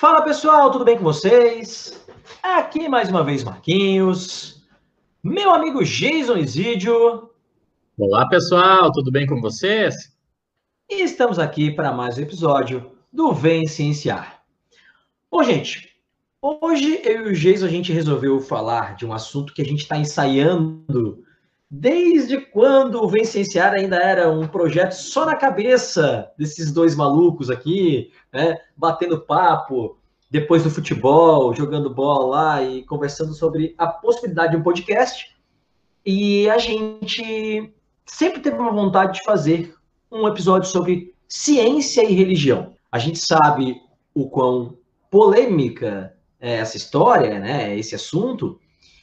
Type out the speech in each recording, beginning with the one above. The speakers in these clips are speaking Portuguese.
Fala pessoal, tudo bem com vocês? Aqui mais uma vez Marquinhos, meu amigo Jason Isidio. Olá pessoal, tudo bem com vocês? E estamos aqui para mais um episódio do Vem Cienciar. Bom, gente, hoje eu e o Jason a gente resolveu falar de um assunto que a gente está ensaiando desde quando o Vem Cienciar ainda era um projeto só na cabeça desses dois malucos aqui, né, batendo papo depois do futebol, jogando bola lá e conversando sobre a possibilidade de um podcast. E a gente sempre teve uma vontade de fazer um episódio sobre ciência e religião. A gente sabe o quão polêmica é essa história, né, esse assunto,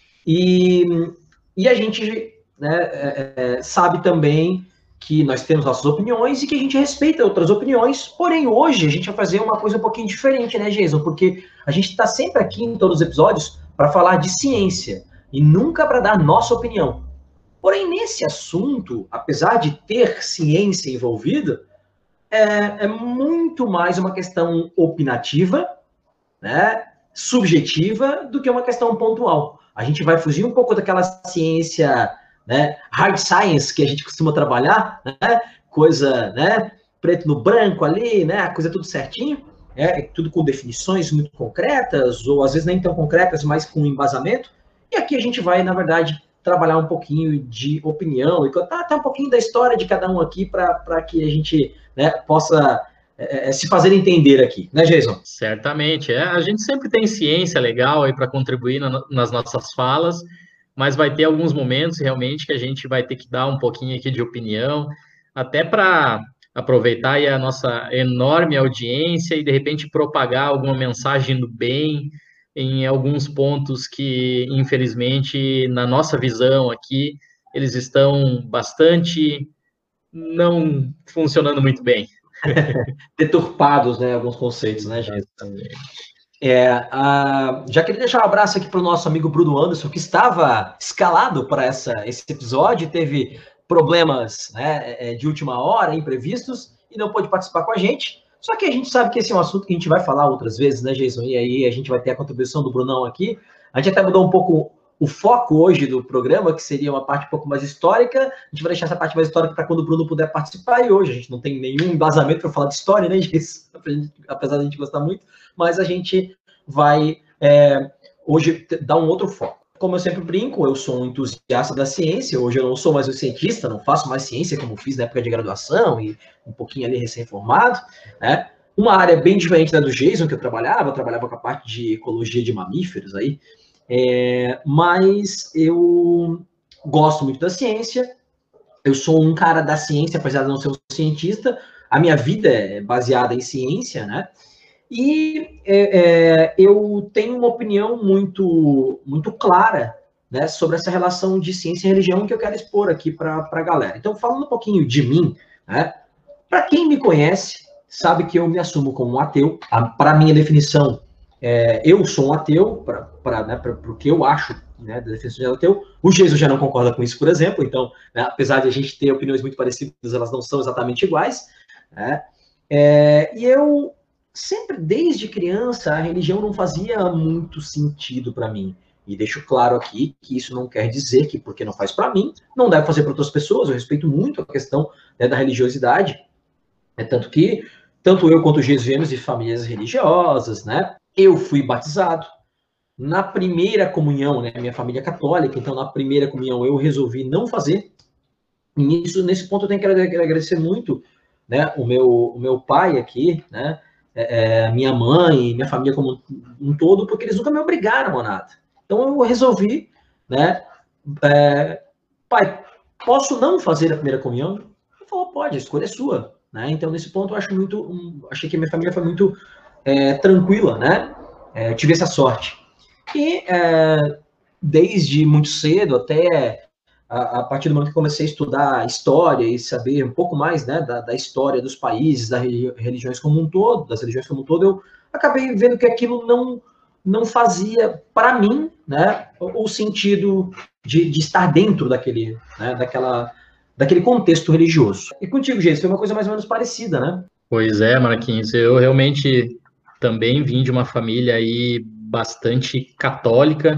e a gente, né, sabe também que nós temos nossas opiniões e que a gente respeita outras opiniões, porém hoje a gente vai fazer uma coisa um pouquinho diferente, né, Jason? Porque a gente está sempre aqui em todos os episódios para falar de ciência e nunca para dar nossa opinião. Porém, nesse assunto, apesar de ter ciência envolvida, é muito mais uma questão opinativa, né, subjetiva, do que uma questão pontual. A gente vai fugir um pouco daquela ciência, né, hard science que a gente costuma trabalhar, né, coisa, né, preto no branco ali, né, a coisa tudo certinho, tudo com definições muito concretas, ou às vezes nem tão concretas, mas com embasamento. E aqui a gente vai, na verdade, trabalhar um pouquinho de opinião e contar até um pouquinho da história de cada um aqui para que a gente, né, possa se fazer entender aqui, né, Jason? Certamente, a gente sempre tem ciência legal aí para contribuir nas nossas falas, mas vai ter alguns momentos realmente que a gente vai ter que dar um pouquinho aqui de opinião, até para aproveitar aí a nossa enorme audiência e de repente propagar alguma mensagem do bem em alguns pontos que, infelizmente, na nossa visão aqui, eles estão bastante não funcionando muito bem. Deturpados, né, alguns conceitos, né, gente? Exatamente. Já queria deixar um abraço aqui para o nosso amigo Bruno Anderson, que estava escalado para esse episódio, teve problemas, né, de última hora, imprevistos, e não pôde participar com a gente. Só que a gente sabe que esse é um assunto que a gente vai falar outras vezes, né, Jason? E aí a gente vai ter a contribuição do Brunão aqui. A gente até mudou um pouco o foco hoje do programa, que seria uma parte um pouco mais histórica. A gente vai deixar essa parte mais histórica para quando o Bruno puder participar. E hoje a gente não tem nenhum embasamento para falar de história, né, Jason? Apesar de a gente gostar muito, mas a gente vai hoje dar um outro foco. Como eu sempre brinco, eu sou um entusiasta da ciência, hoje eu não sou mais um cientista, não faço mais ciência como fiz na época de graduação e um pouquinho ali recém-formado, né? Uma área bem diferente da do Jason, que eu trabalhava com a parte de ecologia de mamíferos aí, mas eu gosto muito da ciência, eu sou um cara da ciência, apesar de não ser um cientista, a minha vida é baseada em ciência, né? E eu tenho uma opinião muito, muito clara, né, sobre essa relação de ciência e religião que eu quero expor aqui para a galera. Então, falando um pouquinho de mim, né, para quem me conhece, sabe que eu me assumo como um ateu. Para a minha definição, eu sou um ateu, para o que eu acho, né, da definição de ateu. O Jesus já não concorda com isso, por exemplo. Então, né, apesar de a gente ter opiniões muito parecidas, elas não são exatamente iguais. Né? E eu sempre, desde criança, a religião não fazia muito sentido para mim. E deixo claro aqui que isso não quer dizer que, porque não faz para mim, não deve fazer para outras pessoas. Eu respeito muito a questão, né, da religiosidade. Tanto que, tanto eu quanto o Jesus viemos de famílias religiosas, né? Eu fui batizado. Na primeira comunhão, né, minha família é católica, então na primeira comunhão eu resolvi não fazer. E nesse ponto eu tenho que agradecer muito, né, o meu pai aqui, né, minha mãe, minha família como um todo, porque eles nunca me obrigaram a nada. Então eu resolvi, né, pai, posso não fazer a primeira comunhão? Ele falou, pode, a escolha é sua. Né? Então nesse ponto eu acho achei que a minha família foi muito tranquila, né? Tive essa sorte. E desde muito cedo até a partir do momento que comecei a estudar história e saber um pouco mais, né, da história dos países, das religiões como um todo, eu acabei vendo que aquilo não fazia, para mim, né, o sentido de estar dentro daquele, né, daquele contexto religioso. E contigo, Gênesis, foi uma coisa mais ou menos parecida, né? Pois é, Marquinhos, eu realmente também vim de uma família aí bastante católica,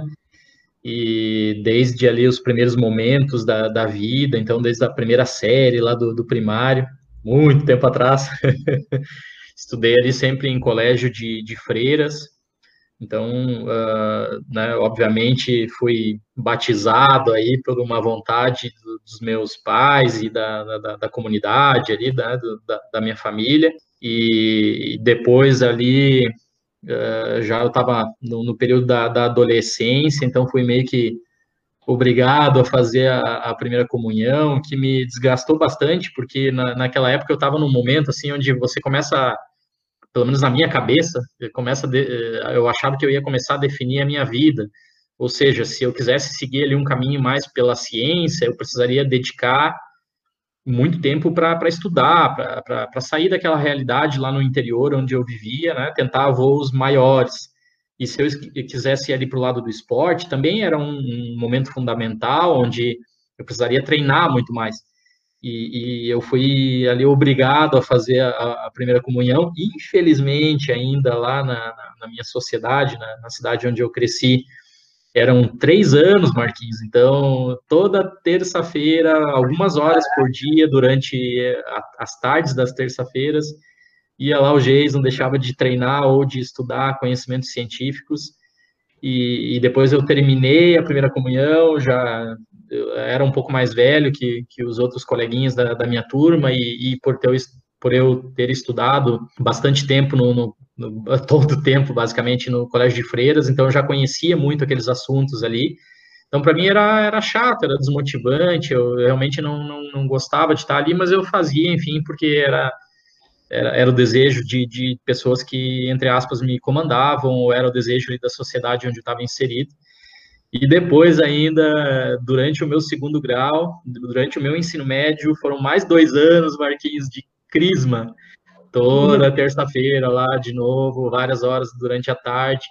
e desde ali os primeiros momentos da vida, então desde a primeira série lá do primário, muito tempo atrás, estudei ali sempre em colégio de freiras. Então, né, obviamente fui batizado aí por uma vontade dos meus pais e da comunidade ali, da minha família. E depois ali, já eu estava no período da adolescência, então fui meio que obrigado a fazer a primeira comunhão, que me desgastou bastante, porque naquela época eu estava num momento assim onde você começa, pelo menos na minha cabeça, eu achava que eu ia começar a definir a minha vida. Ou seja, se eu quisesse seguir ali um caminho mais pela ciência, eu precisaria dedicar muito tempo para estudar, para sair daquela realidade lá no interior onde eu vivia, né? Tentar voos maiores. E se eu quisesse ir ali para o lado do esporte, também era um momento fundamental, onde eu precisaria treinar muito mais. E eu fui ali obrigado a fazer a primeira comunhão. Infelizmente, ainda lá na minha sociedade, na cidade onde eu cresci, eram 3 anos, Marquinhos. Então, toda terça-feira, algumas horas por dia, durante as tardes das terça-feiras, ia lá o Geis, não deixava de treinar ou de estudar conhecimentos científicos. E depois eu terminei a primeira comunhão, já eu era um pouco mais velho que os outros coleguinhas da minha turma, e por eu ter estudado bastante tempo, todo o tempo, basicamente, no colégio de freiras, então eu já conhecia muito aqueles assuntos ali. Então, para mim, era chato, era desmotivante, eu realmente não gostava de estar ali, mas eu fazia, enfim, porque era o desejo de pessoas que, entre aspas, me comandavam, ou era o desejo da sociedade onde eu estava inserido. E depois ainda, durante o meu segundo grau, durante o meu ensino médio, foram mais 2 anos, Marquinhos, de crisma. Toda terça-feira lá, de novo, várias horas durante a tarde.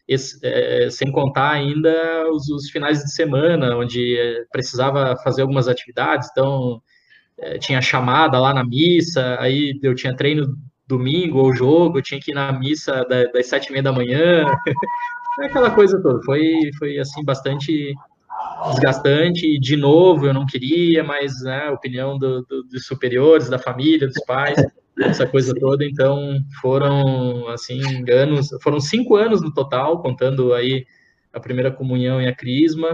Sem contar ainda os finais de semana, onde precisava fazer algumas atividades, então tinha chamada lá na missa, aí eu tinha treino domingo ou jogo, eu tinha que ir na missa das 7h30 da manhã, aquela coisa toda. Foi assim, bastante desgastante, e de novo eu não queria, mas né, a opinião dos superiores, da família, dos pais, essa coisa toda. Então foram assim anos, foram 5 anos no total, contando aí a primeira comunhão e a crisma,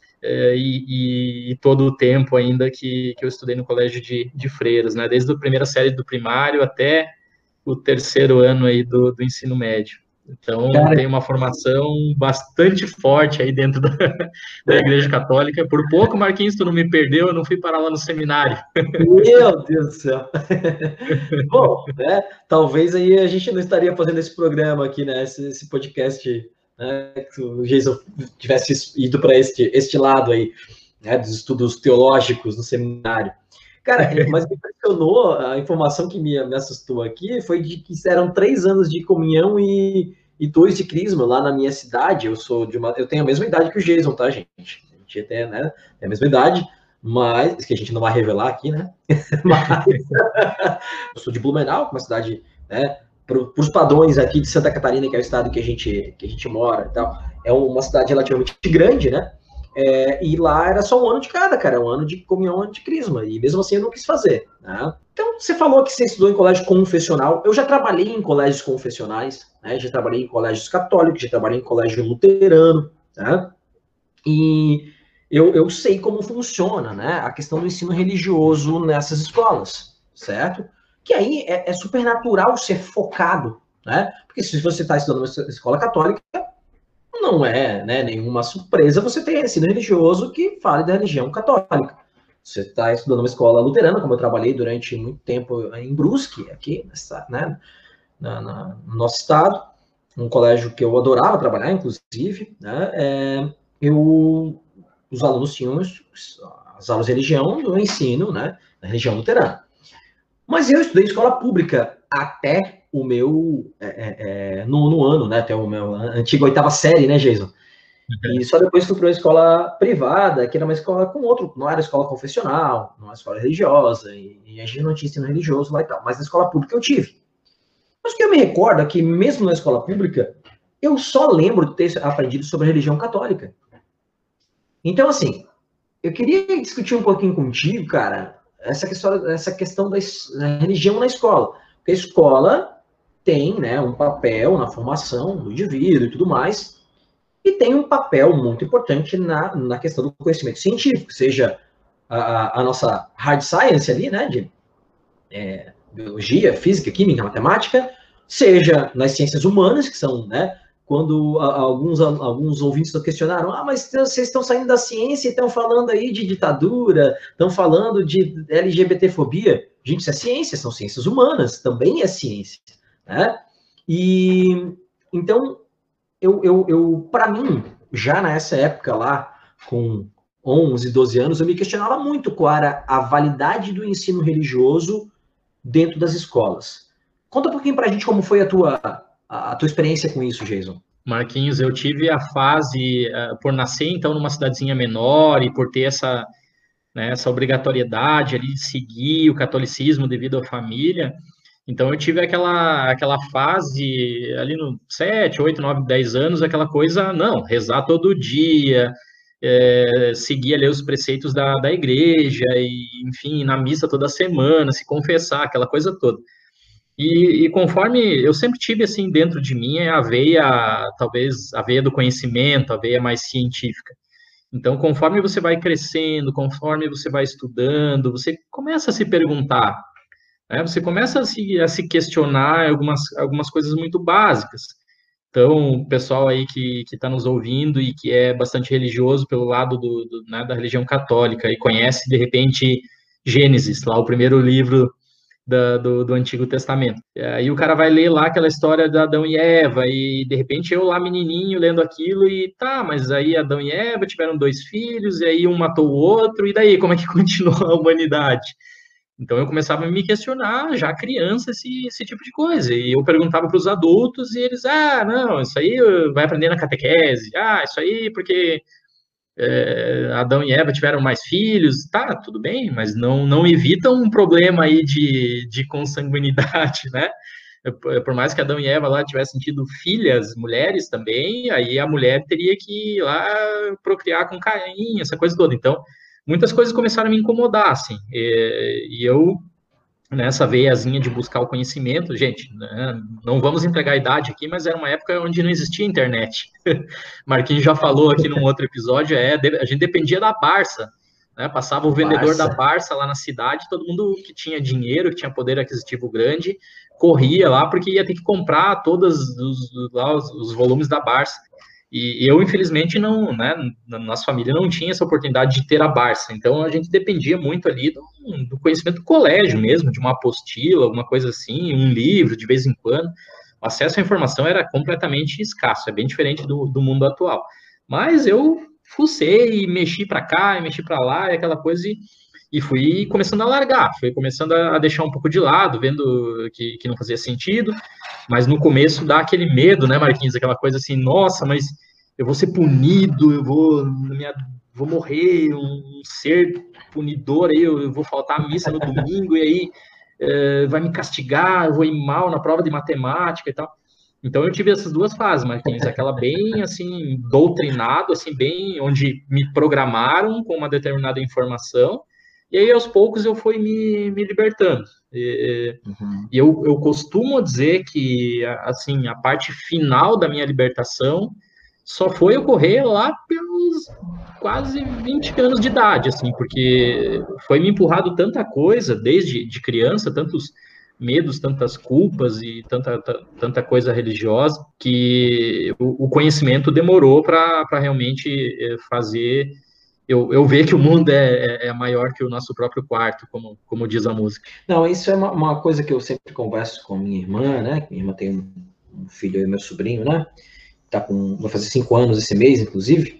e todo o tempo ainda que eu estudei no colégio de freiras, né, desde a primeira série do primário até o terceiro ano aí do ensino médio. Então, Cara, tem uma formação bastante forte aí dentro da Igreja Católica. Por pouco, Marquinhos, tu não me perdeu, eu não fui parar lá no seminário. meu Deus do céu. Bom, né? Talvez aí a gente não estaria fazendo esse programa aqui, né? Esse podcast, né? Que o Jason tivesse ido para este lado aí, né? Dos estudos teológicos no seminário. Cara, mas me impressionou a informação que me assustou aqui foi de que eram 3 anos de comunhão e 2 de crisma lá na minha cidade. Eu tenho a mesma idade que o Jason, tá, gente? A gente até, né? Tem a mesma idade, mas que a gente não vai revelar aqui, né? Mas eu sou de Blumenau, uma cidade, né? Para os padrões aqui de Santa Catarina, que é o estado que a gente mora e tal, é uma cidade relativamente grande, né? E lá era só um ano de cada, cara, um ano de comunhão, um ano de crisma, e mesmo assim eu não quis fazer, né? Então, você falou que você estudou em colégio confessional, eu já trabalhei em colégios confessionais, né? Já trabalhei em colégios católicos, já trabalhei em colégio luterano, né? E eu sei como funciona, né? A questão do ensino religioso nessas escolas, certo? Que aí é super natural ser focado, né? Porque se você está estudando uma escola católica, não é, né, nenhuma surpresa você ter ensino religioso que fale da religião católica. Você está estudando uma escola luterana, como eu trabalhei durante muito tempo em Brusque, aqui, né, no nosso estado, um colégio que eu adorava trabalhar, inclusive, né, os alunos tinham as aulas de religião do ensino, né, da religião luterana. Mas eu estudei em escola pública até o meu nono ano, né? Até o meu antigo 8ª série, né, Jason? E só depois fui para uma escola privada, que era uma escola com outro, não era escola confessional, não era escola religiosa, e a gente não tinha ensino religioso lá e tal, mas na escola pública eu tive. Mas o que eu me recordo é que, mesmo na escola pública, eu só lembro de ter aprendido sobre a religião católica. Então, assim, eu queria discutir um pouquinho contigo, cara, essa questão da religião na escola. Porque a escola tem, né, um papel na formação do indivíduo e tudo mais, e tem um papel muito importante na questão do conhecimento científico, seja a nossa hard science ali, né, de biologia, física, química, matemática, seja nas ciências humanas, que são, né, quando alguns ouvintes questionaram, mas vocês estão saindo da ciência e estão falando aí de ditadura, estão falando de LGBTfobia. Gente, isso é ciência, são ciências humanas, também é ciência, né? E, então, para mim, já nessa época lá, com 11, 12 anos, eu me questionava muito qual era a validade do ensino religioso dentro das escolas. Conta um pouquinho pra gente como foi a tua experiência com isso, Jason. Marquinhos, eu tive a fase, por nascer, então, numa cidadezinha menor e por ter essa, né, essa obrigatoriedade ali de seguir o catolicismo devido à família. Então, eu tive aquela fase ali no 7, 8, 9, 10 anos, aquela coisa, não, rezar todo dia, seguir ali os preceitos da igreja, e, enfim, na missa toda semana, se confessar, aquela coisa toda. E conforme eu sempre tive assim dentro de mim a veia, talvez a veia do conhecimento, a veia mais científica. Então, conforme você vai crescendo, conforme você vai estudando, você começa a se perguntar, né? Você começa a se questionar algumas coisas muito básicas. Então, o pessoal aí que está nos ouvindo e que é bastante religioso pelo lado né, da religião católica e conhece, de repente, Gênesis, lá o primeiro livro do Antigo Testamento. E aí o cara vai ler lá aquela história de Adão e Eva, e de repente eu lá menininho lendo aquilo, e tá, mas aí Adão e Eva tiveram 2 filhos, e aí um matou o outro, e daí como é que continua a humanidade? Então eu começava a me questionar, já criança, esse tipo de coisa. E eu perguntava para os adultos, e eles, não, isso aí vai aprender na catequese, isso aí porque Adão e Eva tiveram mais filhos, tá, tudo bem, mas não evita um problema aí de consanguinidade, né? Por mais que Adão e Eva lá tivessem tido filhas, mulheres também, aí a mulher teria que ir lá procriar com Caim, essa coisa toda. Então, muitas coisas começaram a me incomodar, assim, e eu nessa veiazinha de buscar o conhecimento, gente, né, não vamos entregar a idade aqui, mas era uma época onde não existia internet. Marquinhos já falou aqui num outro episódio, a gente dependia da Barça, né, passava o vendedor da Barça lá na cidade, todo mundo que tinha dinheiro, que tinha poder aquisitivo grande, corria lá, porque ia ter que comprar todos os volumes da Barça. E eu, infelizmente, não, né, na nossa família não tinha essa oportunidade de ter a Barça, então a gente dependia muito ali do conhecimento do colégio mesmo, de uma apostila, alguma coisa assim, um livro de vez em quando. O acesso à informação era completamente escasso, é bem diferente do mundo atual. Mas eu fucei, mexi para cá, mexi para lá, e aquela coisa, e fui começando a largar, fui começando a deixar um pouco de lado, vendo que não fazia sentido. Mas no começo dá aquele medo, né, Marquinhos? Aquela coisa assim, nossa, mas eu vou ser punido, eu vou morrer, um ser punidor aí, eu vou faltar a missa no domingo, e aí vai me castigar, eu vou ir mal na prova de matemática e tal. Então eu tive essas duas fases, Marquinhos, aquela bem assim, doutrinado, assim, bem onde me programaram com uma determinada informação, e aí aos poucos eu fui me libertando. E eu costumo dizer que assim, a parte final da minha libertação só foi ocorrer lá pelos quase 20 anos de idade, assim, porque foi me empurrado tanta coisa desde de criança, tantos medos, tantas culpas e tanta coisa religiosa, que o conhecimento demorou para realmente fazer eu ver que o mundo é maior que o nosso próprio quarto, como diz a música. Não, isso é uma coisa que eu sempre converso com minha irmã, né? Minha irmã tem um filho e meu sobrinho, né? Vai fazer 5 anos esse mês, inclusive.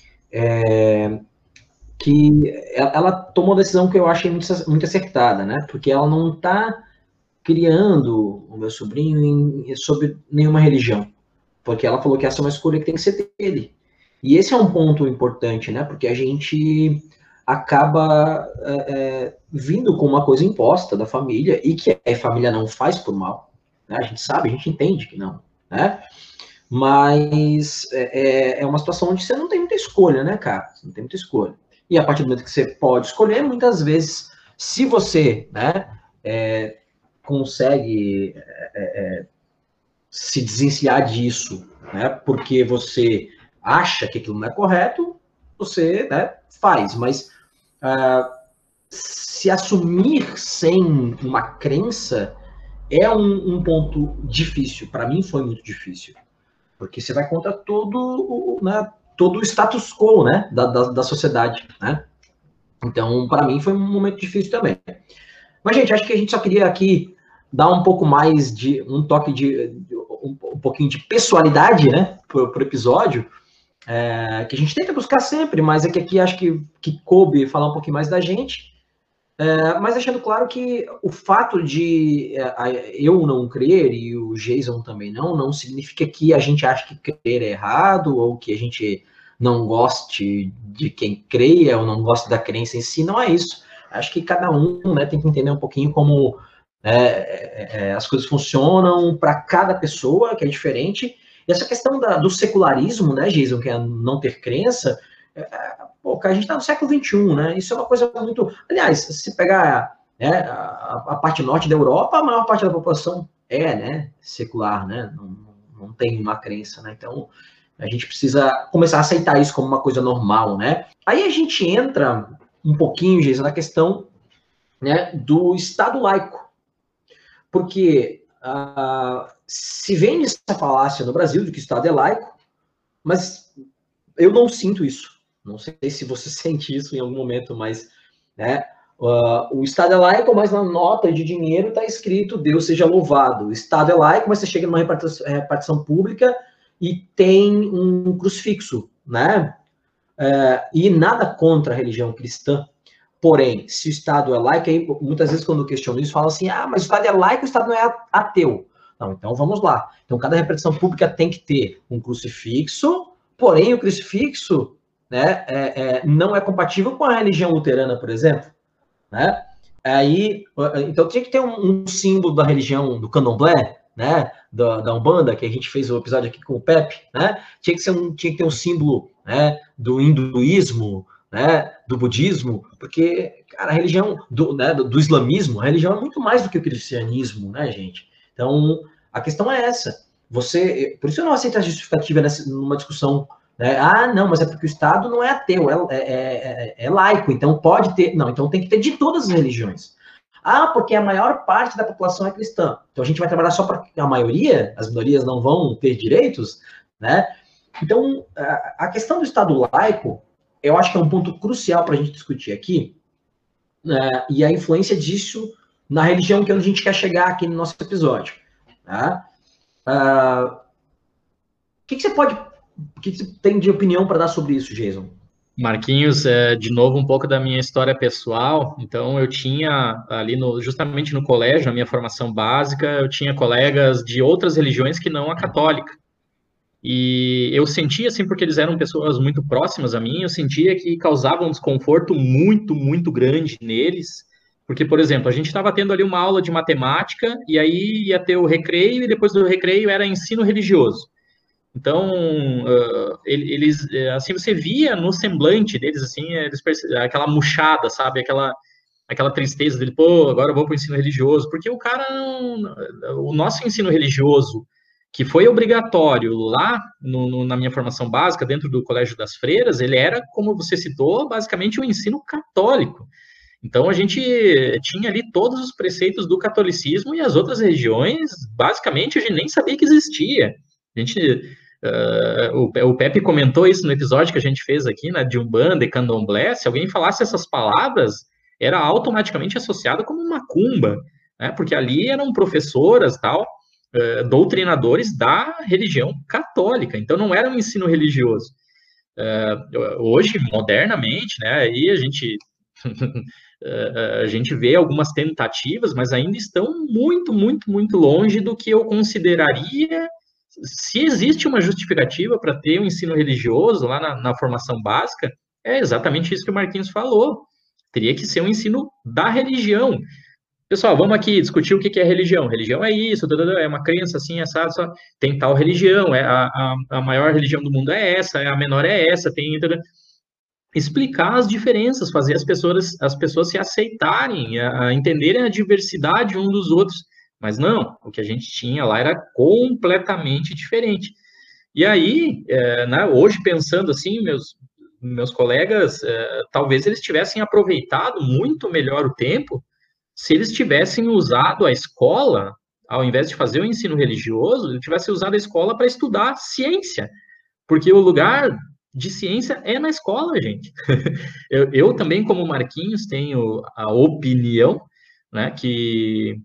Que ela tomou uma decisão que eu achei muito acertada, né? Porque ela não está criando o meu sobrinho sobre nenhuma religião. Porque ela falou que essa é uma escolha que tem que ser dele. E esse é um ponto importante, né? Porque a gente acaba vindo com uma coisa imposta da família, e que a família não faz por mal, né? A gente sabe, a gente entende que não, né? Mas é uma situação onde você não tem muita escolha, né, cara? Você não tem muita escolha. E a partir do momento que você pode escolher, muitas vezes, se você, né, consegue se desvencilhar disso, né, porque você acha que aquilo não é correto, você, né, faz. Mas se assumir sem uma crença é um ponto difícil. Para mim foi muito difícil. Porque você vai contra né, todo o status quo, né, da sociedade, né? Então, para mim, foi um momento difícil também. Mas, gente, acho que a gente só queria aqui dar um pouco mais de um toque um pouquinho de pessoalidade, né, pro episódio, que a gente tenta buscar sempre, mas é que aqui acho que coube falar um pouquinho mais da gente. Mas deixando claro que o fato de eu não crer e o Jason também não significa que a gente acha que crer é errado ou que a gente não goste de quem creia ou não goste da crença em si, não é isso. Acho que cada um, né, tem que entender um pouquinho como as coisas funcionam para cada pessoa, que é diferente. E essa questão do secularismo, né, Jason, que é não ter crença, pô, a gente está no século XXI, né? Isso é uma coisa muito. Aliás, se pegar a parte norte da Europa, a maior parte da população né, secular, né? Não tem uma crença, né? Então a gente precisa começar a aceitar isso como uma coisa normal, né? Aí a gente entra um pouquinho, Geisa, na questão, né, do Estado laico. Porque se vende essa falácia no Brasil de que o Estado é laico, mas eu não sinto isso. Não sei se você sente isso em algum momento, mas né, o Estado é laico, mas na nota de dinheiro está escrito Deus seja louvado. O Estado é laico, mas você chega numa repartição pública e tem um crucifixo, né? E nada contra a religião cristã. Porém, se o Estado é laico, aí, muitas vezes quando eu questiono isso, falam assim, mas o Estado é laico, o Estado não é ateu. Não, então vamos lá. Então cada repartição pública tem que ter um crucifixo, porém o crucifixo, né, não é compatível com a religião luterana, por exemplo, né? Então tinha que ter um símbolo da religião do candomblé, né, da Umbanda, que a gente fez o episódio aqui com o Pepe, né? Tinha que ter um símbolo, né, do hinduísmo, né, do budismo, porque, cara, a religião do islamismo, a religião é muito mais do que o cristianismo, né, gente? Então, a questão é essa. Por isso eu não aceito a justificativa numa discussão, né? Não, mas é porque o Estado não é ateu, é laico, então pode ter. Não, então tem que ter de todas as religiões. Porque a maior parte da população é cristã. Então a gente vai trabalhar só para a maioria, as minorias não vão ter direitos, né? Então, a questão do Estado laico, eu acho que é um ponto crucial para a gente discutir aqui, né? E a influência disso na religião que a gente quer chegar aqui no nosso episódio. Tá? O que você tem de opinião para dar sobre isso, Jason? Marquinhos, de novo um pouco da minha história pessoal. Então, eu tinha ali justamente no colégio, na minha formação básica, eu tinha colegas de outras religiões que não a católica. E eu sentia, assim, porque eles eram pessoas muito próximas a mim, eu sentia que causava um desconforto muito, muito grande neles. Porque, por exemplo, a gente estava tendo ali uma aula de matemática, e aí ia ter o recreio, e depois do recreio era ensino religioso. Então, eles, assim, você via no semblante deles, assim, aquela murchada, sabe? Aquela tristeza dele, pô, agora eu vou para o ensino religioso. Porque o cara, o nosso ensino religioso, que foi obrigatório lá na minha formação básica, dentro do Colégio das Freiras, ele era, como você citou, basicamente um ensino católico. Então, a gente tinha ali todos os preceitos do catolicismo e as outras religiões, basicamente, a gente nem sabia que existia. A gente, o Pepe comentou isso no episódio que a gente fez aqui, né, de Umbanda e Candomblé. Se alguém falasse essas palavras, era automaticamente associado como macumba, né, porque ali eram professoras, tal, doutrinadores da religião católica. Então, não era um ensino religioso. Hoje, modernamente, né, aí a gente vê algumas tentativas, mas ainda estão muito, muito, muito longe do que eu consideraria. Se existe uma justificativa para ter um ensino religioso lá na formação básica, é exatamente isso que o Marquinhos falou. Teria que ser um ensino da religião. Pessoal, vamos aqui discutir o que é religião. Religião é isso, é uma crença assim, assado, só tem tal religião, a maior religião do mundo é essa, a menor é essa, tem... Explicar as diferenças, fazer as pessoas se aceitarem, a entenderem a diversidade um dos outros. Mas não, o que a gente tinha lá era completamente diferente. E aí, né, hoje pensando assim, meus colegas, talvez eles tivessem aproveitado muito melhor o tempo se eles tivessem usado a escola, ao invés de fazer o ensino religioso, eles tivessem usado a escola para estudar ciência, porque o lugar de ciência é na escola, gente. Eu também, como Marquinhos, tenho a opinião, né, que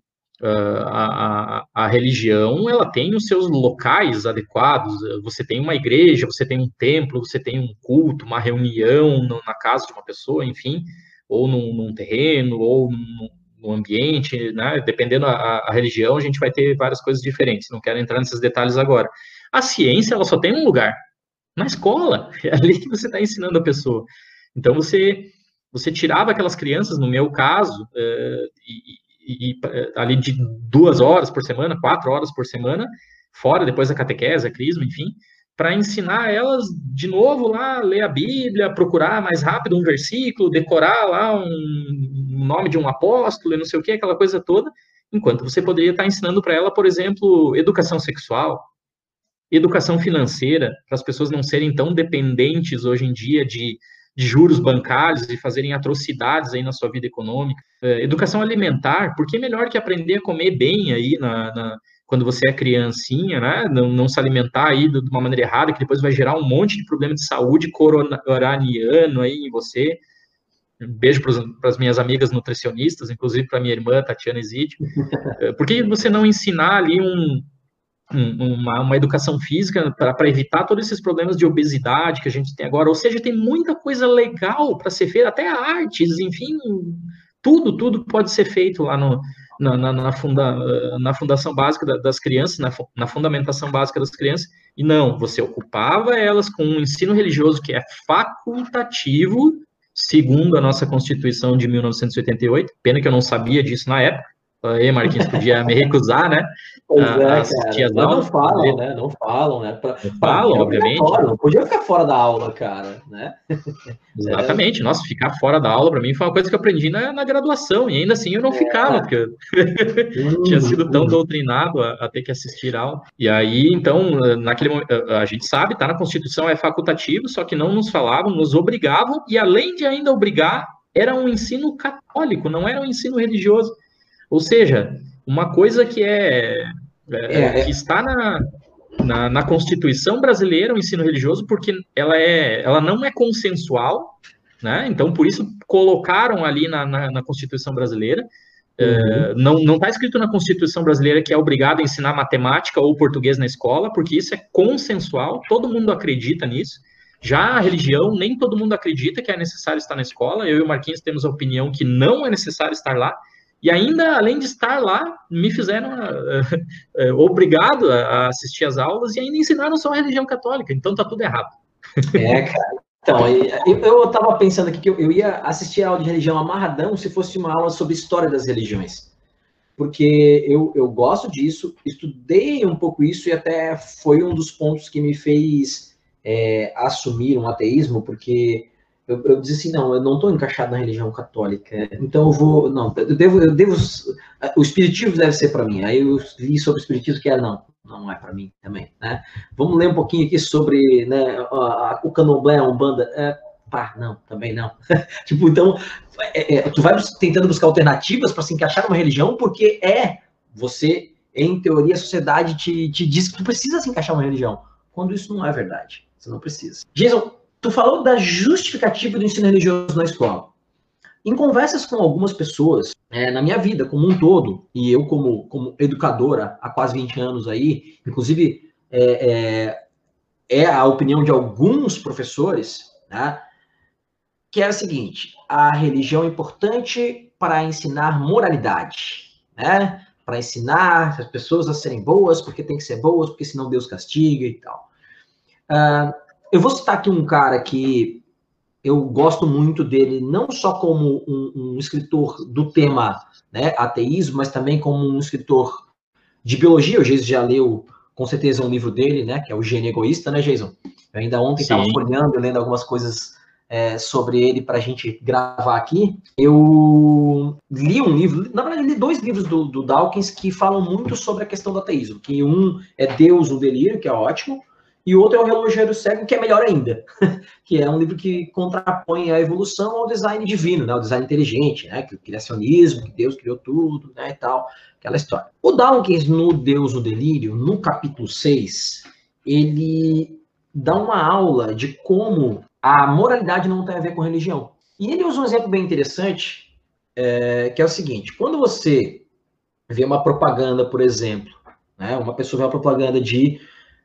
a religião ela tem os seus locais adequados. Você tem uma igreja, você tem um templo, você tem um culto, uma reunião na casa de uma pessoa, enfim, ou num terreno, ou no ambiente, né? Dependendo a religião, a gente vai ter várias coisas diferentes. Não quero entrar nesses detalhes agora. A ciência ela só tem um lugar, na escola. É ali que você está ensinando a pessoa. Então você tirava aquelas crianças, no meu caso, ali de 2 horas por semana, 4 horas por semana, fora depois da catequese, a crisma, enfim, para ensinar elas de novo lá a ler a Bíblia, procurar mais rápido um versículo, decorar lá um nome de um apóstolo, e não sei o que, aquela coisa toda, enquanto você poderia estar ensinando para ela, por exemplo, educação sexual, educação financeira, para as pessoas não serem tão dependentes hoje em dia de juros bancários e fazerem atrocidades aí na sua vida econômica. Educação alimentar, por que melhor que aprender a comer bem aí quando você é criancinha, né? Não se alimentar aí de uma maneira errada, que depois vai gerar um monte de problema de saúde coronariano aí em você. Um beijo para as minhas amigas nutricionistas, inclusive para minha irmã, Tatiana Isidio. Por que você não ensinar ali uma educação física para evitar todos esses problemas de obesidade que a gente tem agora? Ou seja, tem muita coisa legal para ser feita, até artes, enfim, tudo pode ser feito lá na fundação básica das crianças, na fundamentação básica das crianças, e não, você ocupava elas com um ensino religioso que é facultativo, segundo a nossa Constituição de 1988, pena que eu não sabia disso na época. Aí, Marquinhos, podia me recusar, né? Pois A é, assistir cara. às Mas não aulas. falam, né? Não falam, né? Eu Pra mim falo, era obviamente. obrigatório, não podia ficar fora da aula, cara, né? Exatamente. Nossa, ficar fora da aula para mim foi uma coisa que eu aprendi na graduação, e ainda assim eu não ficava, porque eu tinha sido tão doutrinado a ter que assistir aula. E aí, então, naquele momento, a gente sabe, tá na Constituição, é facultativo, só que não nos falavam, nos obrigavam, e além de ainda obrigar, era um ensino católico, não era um ensino religioso. Ou seja, uma coisa que está na Constituição brasileira, o ensino religioso, porque ela não é consensual, né? Então, por isso, colocaram ali na Constituição brasileira. Não está escrito na Constituição brasileira que é obrigado a ensinar matemática ou português na escola, porque isso é consensual, todo mundo acredita nisso. Já a religião, nem todo mundo acredita que é necessário estar na escola. Eu e o Marquinhos temos a opinião que não é necessário estar lá. E ainda, além de estar lá, me fizeram obrigado a assistir às aulas e ainda ensinaram só a religião católica. Então tá tudo errado. Cara. Então, eu estava pensando aqui que eu ia assistir a aula de religião amarradão se fosse uma aula sobre história das religiões. Porque eu gosto disso, estudei um pouco isso e até foi um dos pontos que me fez assumir um ateísmo, porque eu disse assim, não, eu não estou encaixado na religião católica, então eu vou, não, eu devo o espiritismo deve ser para mim. Aí eu li sobre o espiritismo que não é para mim também, né? Vamos ler um pouquinho aqui sobre, né, o candomblé, a umbanda, não, também não. Tipo, então, tu vai tentando buscar alternativas para se encaixar numa religião, porque você, em teoria, a sociedade te diz que tu precisa se encaixar numa religião, quando isso não é verdade. Você não precisa. Jason, tu falou da justificativa do ensino religioso na escola. Em conversas com algumas pessoas, na minha vida como um todo, e eu como educadora há quase 20 anos aí, inclusive é a opinião de alguns professores, né, que é a seguinte: a religião é importante para ensinar moralidade, né? Para ensinar as pessoas a serem boas, porque tem que ser boas, porque senão Deus castiga e tal. Eu vou citar aqui um cara que eu gosto muito dele, não só como um escritor do tema, né, ateísmo, mas também como um escritor de biologia. O Jason já leu, com certeza, um livro dele, né, que é O Gênio Egoísta, né, Jason? Eu ainda ontem estava folheando, lendo algumas coisas sobre ele para a gente gravar aqui. Eu li um livro, na verdade, li 2 livros do Dawkins que falam muito sobre a questão do ateísmo, que um é Deus, um Delírio, que é ótimo, e o outro é O Relojoeiro Cego, que é melhor ainda, que é um livro que contrapõe a evolução ao design divino, né, o design inteligente, né, que o criacionismo, que Deus criou tudo, né, e tal, aquela história. O Dawkins, no Deus, o Delírio, no capítulo 6, ele dá uma aula de como a moralidade não tem a ver com religião. E ele usa um exemplo bem interessante, que é o seguinte: quando você vê uma propaganda, por exemplo, né, uma pessoa vê uma propaganda de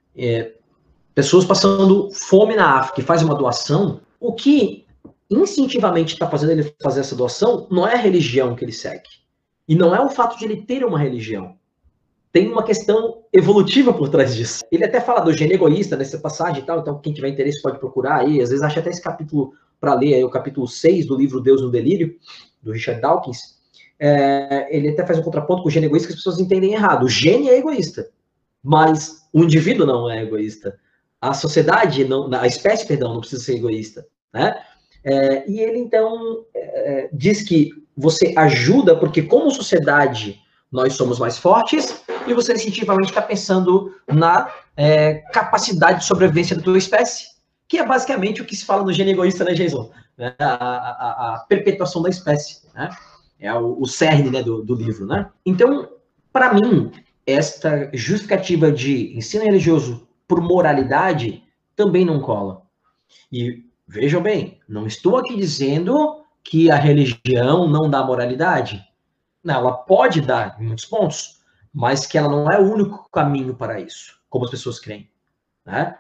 pessoas passando fome na África e faz uma doação, o que instintivamente está fazendo ele fazer essa doação não é a religião que ele segue. E não é o fato de ele ter uma religião. Tem uma questão evolutiva por trás disso. Ele até fala do gênio egoísta nessa passagem e tal, então quem tiver interesse pode procurar aí. Às vezes acha até esse capítulo para ler, aí, o capítulo 6 do livro Deus no Delírio, do Richard Dawkins. Ele até faz um contraponto com o gênio egoísta que as pessoas entendem errado. O gênio é egoísta, mas o indivíduo não é egoísta. A sociedade, não, a espécie, perdão, não precisa ser egoísta, né? E ele, então, diz que você ajuda porque, como sociedade, nós somos mais fortes e você instintivamente está pensando na capacidade de sobrevivência da tua espécie, que é basicamente o que se fala no gênio egoísta, né, Jason? A perpetuação da espécie, né? É o cerne, né, do livro, né? Então, para mim, esta justificativa de ensino religioso por moralidade também não cola. E vejam bem, não estou aqui dizendo que a religião não dá moralidade. Não, ela pode dar em muitos pontos, mas que ela não é o único caminho para isso, como as pessoas creem, né?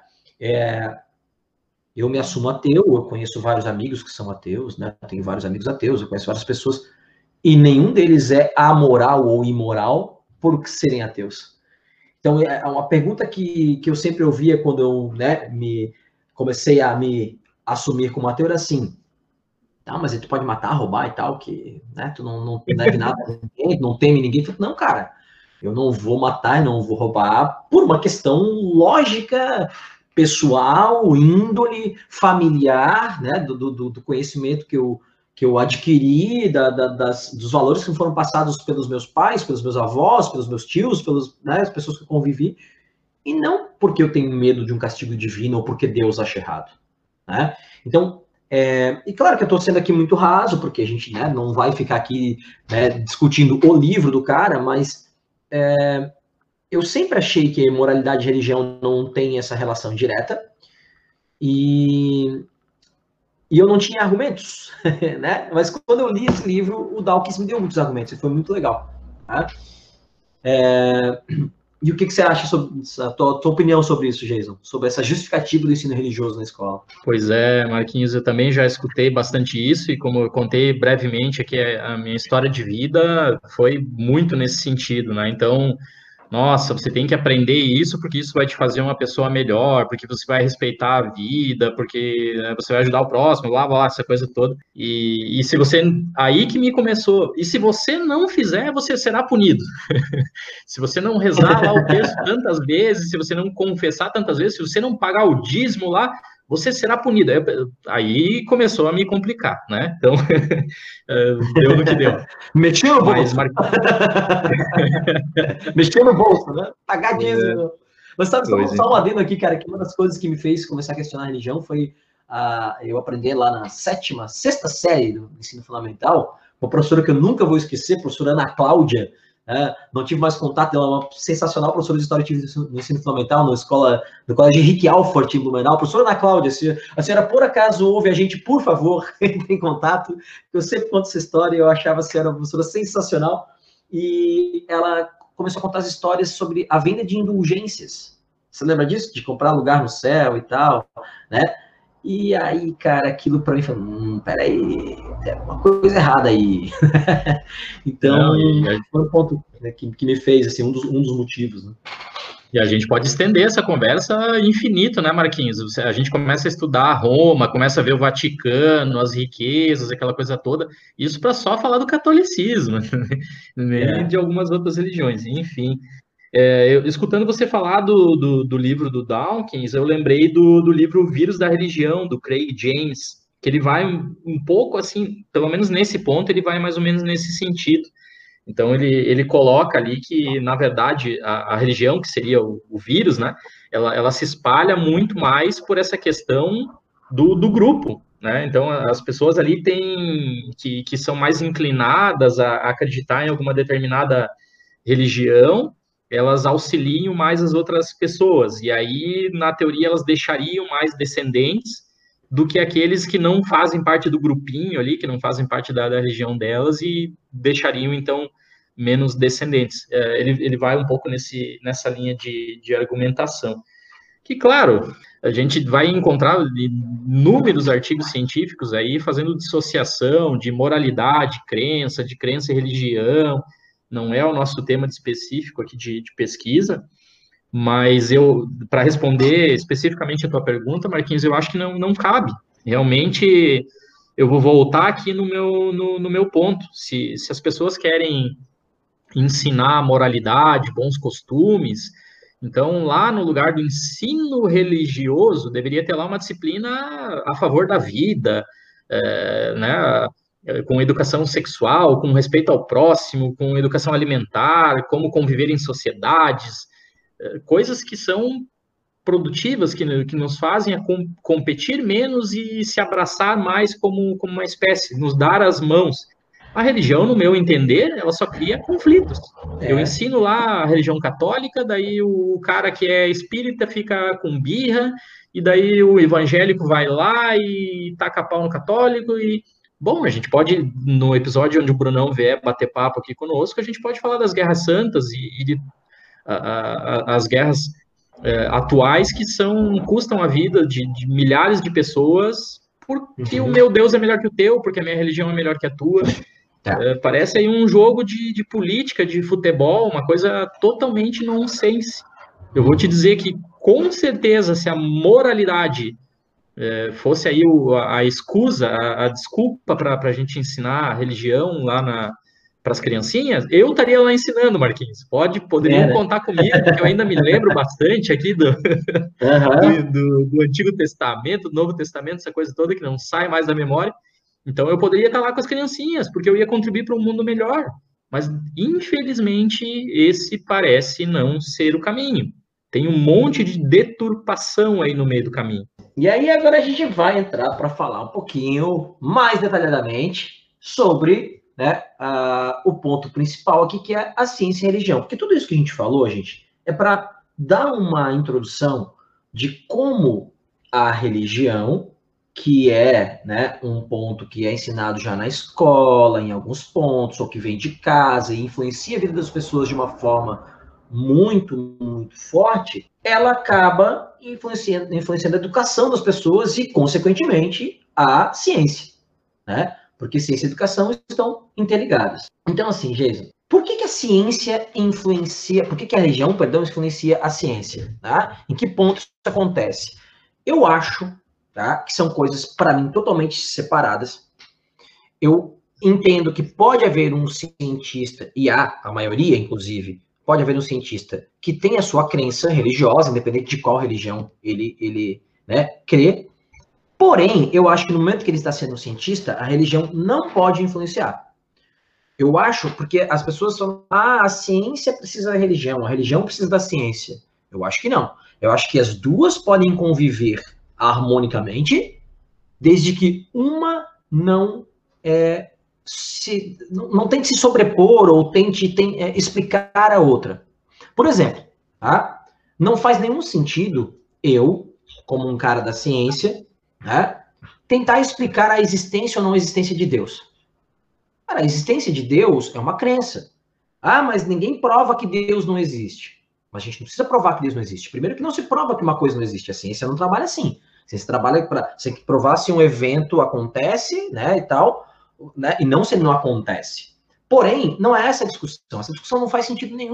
Eu me assumo ateu, eu conheço vários amigos que são ateus, né? Eu tenho vários amigos ateus, eu conheço várias pessoas, e nenhum deles é amoral ou imoral por serem ateus. Então, é uma pergunta que eu sempre ouvia quando eu, né, comecei a me assumir como ateu, era assim: tá, mas tu pode matar, roubar e tal, que, né, tu não deve nada a ninguém, não teme ninguém. Eu falei, não, cara, eu não vou matar, não vou roubar por uma questão lógica, pessoal, índole, familiar, né, do conhecimento que eu adquiri, dos valores que foram passados pelos meus pais, pelos meus avós, pelos meus tios, as pessoas que eu convivi, e não porque eu tenho medo de um castigo divino ou porque Deus acha errado, né? Então, e claro que eu estou sendo aqui muito raso, porque a gente, né, não vai ficar aqui, né, discutindo o livro do cara, mas eu sempre achei que moralidade e religião não tem essa relação direta, e eu não tinha argumentos, né? Mas quando eu li esse livro, o Dawkins me deu muitos argumentos, e foi muito legal. Tá? E o que você acha sobre a tua opinião sobre isso, Jason? Sobre essa justificativa do ensino religioso na escola? Pois é, Marquinhos, eu também já escutei bastante isso, e como eu contei brevemente aqui, a minha história de vida foi muito nesse sentido, né? Então, nossa, você tem que aprender isso porque isso vai te fazer uma pessoa melhor, porque você vai respeitar a vida, porque você vai ajudar o próximo, blá, blá, essa coisa toda. E se você... Aí que me começou. E se você não fizer, você será punido. Se você não rezar lá o texto tantas vezes, se você não confessar tantas vezes, se você não pagar o dízimo lá, você será punido. Aí começou a me complicar, né? Então, deu no que deu. Mexeu no bolso. Mexeu no bolso, né? Pagar dízimo. Mas sabe, só um adendo aqui, cara, que uma das coisas que me fez começar a questionar a religião foi eu aprender lá na sexta série do ensino fundamental, uma professora que eu nunca vou esquecer, a professora Ana Cláudia. Não tive mais contato, ela é uma sensacional professora de História no ensino fundamental, no colégio Henrique Alfort, em Blumenau. Professora Ana Cláudia, se a senhora por acaso ouve a gente, por favor, entre em contato. Eu sempre conto essa história, eu achava a senhora uma professora sensacional, e ela começou a contar as histórias sobre a venda de indulgências. Você lembra disso? De comprar lugar no céu e tal, né? E aí, cara, aquilo pra mim foi, peraí, tem uma coisa errada aí. Então, foi um ponto, né, que me fez, assim, um dos motivos, né? E a gente pode estender essa conversa infinito, né, Marquinhos? A gente começa a estudar Roma, começa a ver o Vaticano, as riquezas, aquela coisa toda. Isso para só falar do catolicismo, nem de algumas outras religiões. Enfim, escutando você falar do livro do Dawkins, eu lembrei do livro O Vírus da Religião, do Craig James, que ele vai um pouco assim, pelo menos nesse ponto, ele vai mais ou menos nesse sentido. Então, ele coloca ali que, na verdade, a religião, que seria o vírus, né, ela se espalha muito mais por essa questão do grupo, né? Então, as pessoas ali que são mais inclinadas a acreditar em alguma determinada religião, elas auxiliam mais as outras pessoas, e aí, na teoria, elas deixariam mais descendentes do que aqueles que não fazem parte do grupinho ali, que não fazem parte da religião delas, e deixariam, então, menos descendentes. Ele vai um pouco nessa linha de argumentação. Que, claro, a gente vai encontrar inúmeros artigos científicos aí fazendo dissociação de moralidade, de crença e religião. Não é o nosso tema específico aqui de pesquisa, mas para responder especificamente a tua pergunta, Marquinhos, eu acho que não cabe. Realmente, eu vou voltar aqui no meu ponto. Se as pessoas querem ensinar moralidade, bons costumes, então lá no lugar do ensino religioso, deveria ter lá uma disciplina a favor da vida, né? Com educação sexual, com respeito ao próximo, com educação alimentar, como conviver em sociedades, coisas que são produtivas, que nos fazem competir menos e se abraçar mais como uma espécie, nos dar as mãos. A religião, no meu entender, ela só cria conflitos. Eu ensino lá a religião católica, daí o cara que é espírita fica com birra, e daí o evangélico vai lá e taca pau no católico, e bom, a gente pode, no episódio onde o Brunão vier bater papo aqui conosco, a gente pode falar das guerras santas e de as guerras atuais que custam a vida de milhares de pessoas porque o meu Deus é melhor que o teu, porque a minha religião é melhor que a tua. Parece aí um jogo de política, de futebol, uma coisa totalmente nonsense. Eu vou te dizer que, com certeza, se a moralidade fosse aí a escusa, a desculpa para a gente ensinar a religião lá para as criancinhas, eu estaria lá ensinando, Marquinhos. Poderiam contar comigo, porque eu ainda me lembro bastante aqui do Antigo Testamento, do Novo Testamento, essa coisa toda que não sai mais da memória. Então, eu poderia estar lá com as criancinhas, porque eu ia contribuir para um mundo melhor. Mas, infelizmente, esse parece não ser o caminho. Tem um monte de deturpação aí no meio do caminho. E aí, agora a gente vai entrar para falar um pouquinho mais detalhadamente sobre, né, o ponto principal aqui, que é a ciência e a religião. Porque tudo isso que a gente falou, gente, é para dar uma introdução de como a religião, que é, né, um ponto que é ensinado já na escola, em alguns pontos, ou que vem de casa e influencia a vida das pessoas de uma forma muito, muito forte, ela acaba influenciando a educação das pessoas e, consequentemente, a ciência, né? Porque ciência e educação estão interligadas. Então, assim, Jason, por que a ciência influencia, por que a religião, perdão, influencia a ciência? Tá? Em que ponto isso acontece? Eu acho, tá, que são coisas, para mim, totalmente separadas. Eu entendo que pode haver um cientista, e há, a maioria, inclusive, pode haver um cientista que tem a sua crença religiosa, independente de qual religião ele né, crê. Porém, eu acho que no momento que ele está sendo um cientista, a religião não pode influenciar. Eu acho, porque as pessoas falam, a ciência precisa da religião, a religião precisa da ciência. Eu acho que não. Eu acho que as duas podem conviver harmonicamente, desde que uma não não tente se sobrepor ou tente explicar a outra. Por exemplo, tá? Não faz nenhum sentido eu, como um cara da ciência, né, tentar explicar a existência ou não existência de Deus. Cara, a existência de Deus é uma crença. Ah, mas ninguém prova que Deus não existe. Mas a gente não precisa provar que Deus não existe. Primeiro que não se prova que uma coisa não existe. A ciência não trabalha assim. A ciência trabalha para você provar se um evento acontece, né, e tal, né, e não se ele não acontece. Porém, não é essa a discussão. Essa discussão não faz sentido nenhum.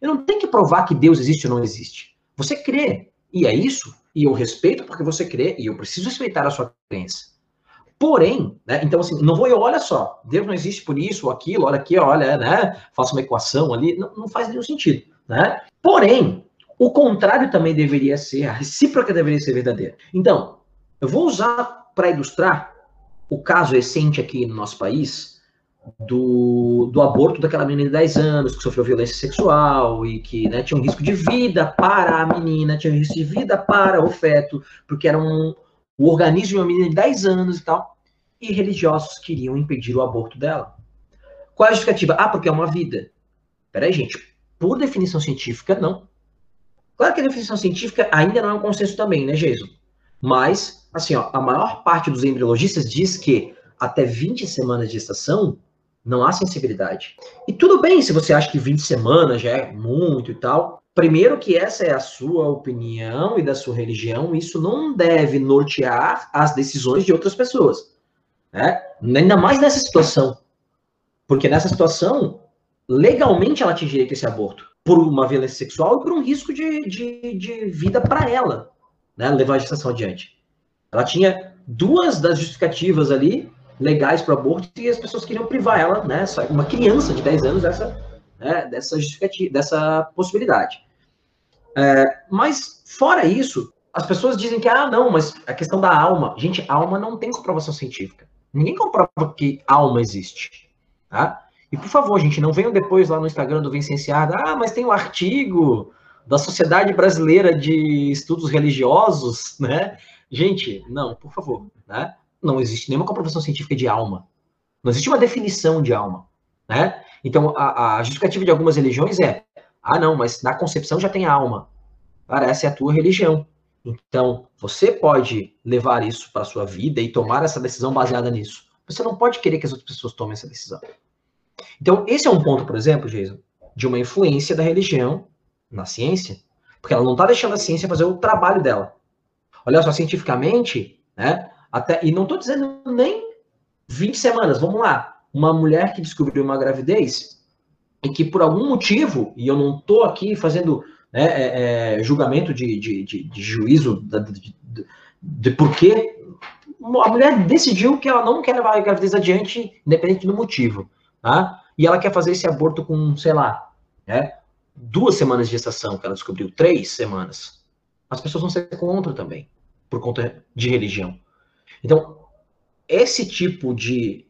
Eu não tenho que provar que Deus existe ou não existe. Você crê, e é isso, e eu respeito porque você crê, e eu preciso respeitar a sua crença. Porém, né, então assim, não vou eu, olha só, Deus não existe por isso ou aquilo, olha aqui, olha, né, faço uma equação ali, não faz nenhum sentido, né? Porém, o contrário também deveria ser, a recíproca deveria ser verdadeira. Então, eu vou usar para ilustrar o caso recente aqui no nosso país do aborto daquela menina de 10 anos que sofreu violência sexual e que, né, tinha um risco de vida para a menina, tinha um risco de vida para o feto, porque era o organismo de uma menina de 10 anos e tal, e religiosos queriam impedir o aborto dela. Qual é a justificativa? Ah, porque é uma vida. Peraí, gente, por definição científica, não. Claro que a definição científica ainda não é um consenso também, né, Jason? Mas, assim, ó, a maior parte dos embriologistas diz que até 20 semanas de gestação não há sensibilidade. E tudo bem se você acha que 20 semanas já é muito e tal. Primeiro que essa é a sua opinião e da sua religião, isso não deve nortear as decisões de outras pessoas. Né? Ainda mais nessa situação. Porque nessa situação, legalmente ela tinha direito a esse aborto. Por uma violência sexual e por um risco de vida para ela. Né? Levar a gestação adiante. Ela tinha duas das justificativas ali legais para o aborto e as pessoas queriam privar ela, né, uma criança de 10 anos, dessa justificativa, dessa possibilidade. Mas, fora isso, as pessoas dizem que, não, mas a questão da alma. Gente, alma não tem comprovação científica. Ninguém comprova que alma existe. Tá? E, por favor, gente, não venham depois lá no Instagram do Vicenciado, mas tem um artigo da Sociedade Brasileira de Estudos Religiosos, né? Gente, não, por favor, né? Não existe nenhuma comprovação científica de alma. Não existe uma definição de alma, né? Então, a justificativa de algumas religiões é, não, mas na concepção já tem alma. Cara, essa é a tua religião. Então, você pode levar isso para a sua vida e tomar essa decisão baseada nisso. Você não pode querer que as outras pessoas tomem essa decisão. Então, esse é um ponto, por exemplo, Jason, de uma influência da religião na ciência, porque ela não está deixando a ciência fazer o trabalho dela. Olha só, cientificamente, né? E não estou dizendo nem 20 semanas, vamos lá. Uma mulher que descobriu uma gravidez e que por algum motivo, e eu não estou aqui fazendo julgamento de juízo de porquê, a mulher decidiu que ela não quer levar a gravidez adiante, independente do motivo. Tá? E ela quer fazer esse aborto com, sei lá, 2 semanas de gestação, que ela descobriu 3 semanas. As pessoas vão ser contra também, por conta de religião. Então, esse tipo de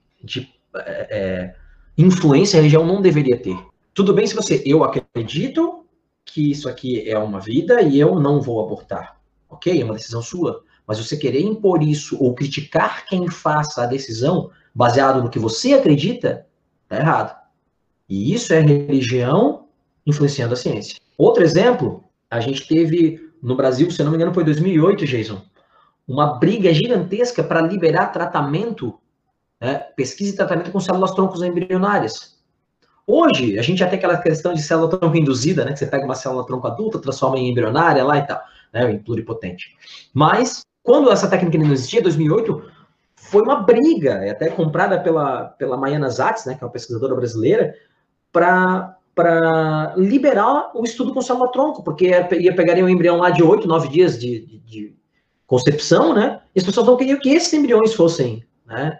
influência a religião não deveria ter. Tudo bem se eu acredito que isso aqui é uma vida e eu não vou abortar. Ok? É uma decisão sua. Mas você querer impor isso ou criticar quem faça a decisão baseado no que você acredita, tá errado. E isso é religião influenciando a ciência. Outro exemplo, a gente teve no Brasil, se não me engano foi 2008, Jason, uma briga gigantesca para liberar tratamento, pesquisa e tratamento com células-troncos embrionárias. Hoje, a gente já tem aquela questão de célula-tronco induzida, né, que você pega uma célula-tronco adulta, transforma em embrionária lá e tal, né, em pluripotente. Mas, quando essa técnica não existia, em 2008, foi uma briga, até comprada pela Maiana Zatz, né, que é uma pesquisadora brasileira, para liberar o estudo com célula-tronco, porque pegaria um embrião lá de 8, 9 dias de concepção, né, e as pessoas não queriam que esses embriões fossem, né,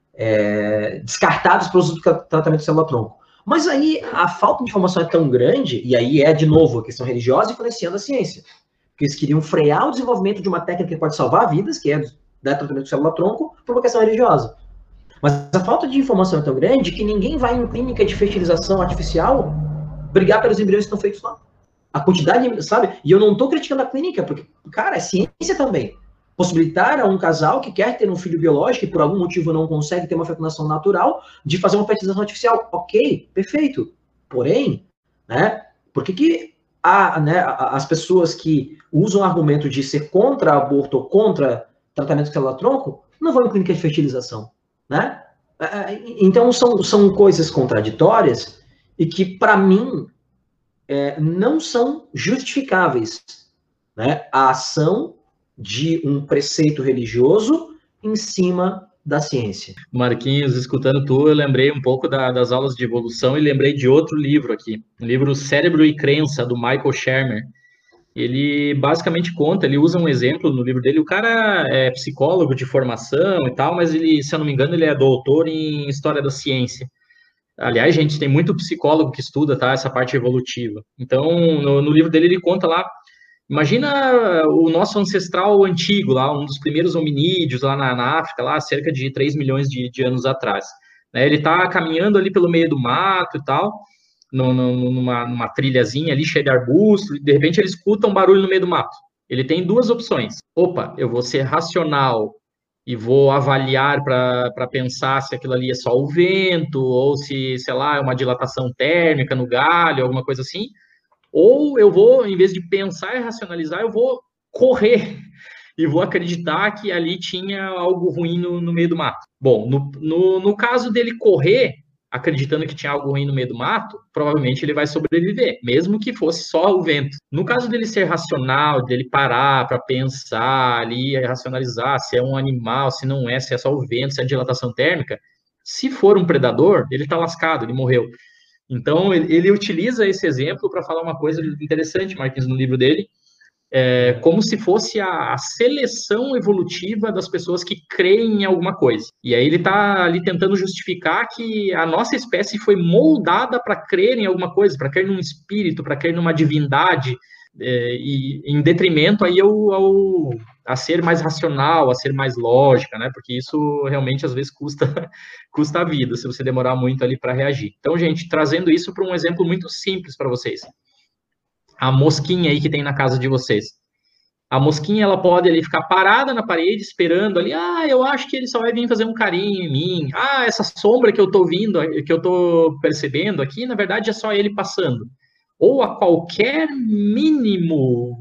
descartados para o uso do tratamento de célula-tronco. Mas aí a falta de informação é tão grande, e aí de novo, a questão religiosa influenciando a ciência, porque eles queriam frear o desenvolvimento de uma técnica que pode salvar vidas, que é tratamento de célula-tronco, por uma questão religiosa. Mas a falta de informação é tão grande que ninguém vai em clínica de fertilização artificial brigar pelos embriões que estão feitos lá. A quantidade, sabe? E eu não estou criticando a clínica, porque, cara, é ciência também. Possibilitar a um casal que quer ter um filho biológico e por algum motivo não consegue ter uma fecundação natural, de fazer uma fertilização artificial. Ok, perfeito. Porém, né, por que as pessoas que usam o argumento de ser contra aborto ou contra tratamento de célula-tronco não vão em clínica de fertilização? Né? Então, são coisas contraditórias e que, para mim, não são justificáveis. Né? A ação de um preceito religioso em cima da ciência. Marquinhos, escutando tu, eu lembrei um pouco das aulas de evolução e lembrei de outro livro aqui, o livro Cérebro e Crença, do Michael Shermer. Ele basicamente conta, ele usa um exemplo no livro dele, o cara é psicólogo de formação e tal, mas ele, se eu não me engano, ele é doutor em História da Ciência. Aliás, gente, tem muito psicólogo que estuda, tá, essa parte evolutiva. Então, no livro dele, ele conta lá, imagina o nosso ancestral antigo, lá, um dos primeiros hominídeos lá na África, lá, cerca de 3 milhões de anos atrás. Né? Ele está caminhando ali pelo meio do mato e tal, numa trilhazinha ali, cheia de arbusto, e de repente ele escuta um barulho no meio do mato. Ele tem duas opções. Opa, eu vou ser racional e vou avaliar para pensar se aquilo ali é só o vento, ou se, sei lá, é uma dilatação térmica no galho, alguma coisa assim. Ou eu vou, em vez de pensar e racionalizar, eu vou correr e vou acreditar que ali tinha algo ruim no meio do mato. Bom, no caso dele correr, acreditando que tinha algo ruim no meio do mato, provavelmente ele vai sobreviver, mesmo que fosse só o vento. No caso dele ser racional, dele parar para pensar ali, racionalizar se é um animal, se não é, se é só o vento, se é dilatação térmica, se for um predador, ele está lascado, ele morreu. Então, ele utiliza esse exemplo para falar uma coisa interessante, Marquinhos, no livro dele, como se fosse a seleção evolutiva das pessoas que creem em alguma coisa. E aí ele está ali tentando justificar que a nossa espécie foi moldada para crer em alguma coisa, para crer num espírito, para crer numa divindade, e em detrimento aí a ser mais racional, a ser mais lógica, né? Porque isso realmente às vezes custa a vida, se você demorar muito ali para reagir. Então, gente, trazendo isso para um exemplo muito simples para vocês. A mosquinha aí que tem na casa de vocês. A mosquinha, ela pode ali ficar parada na parede, esperando ali, eu acho que ele só vai vir fazer um carinho em mim. Essa sombra que eu tô percebendo aqui, na verdade é só ele passando. Ou a qualquer mínima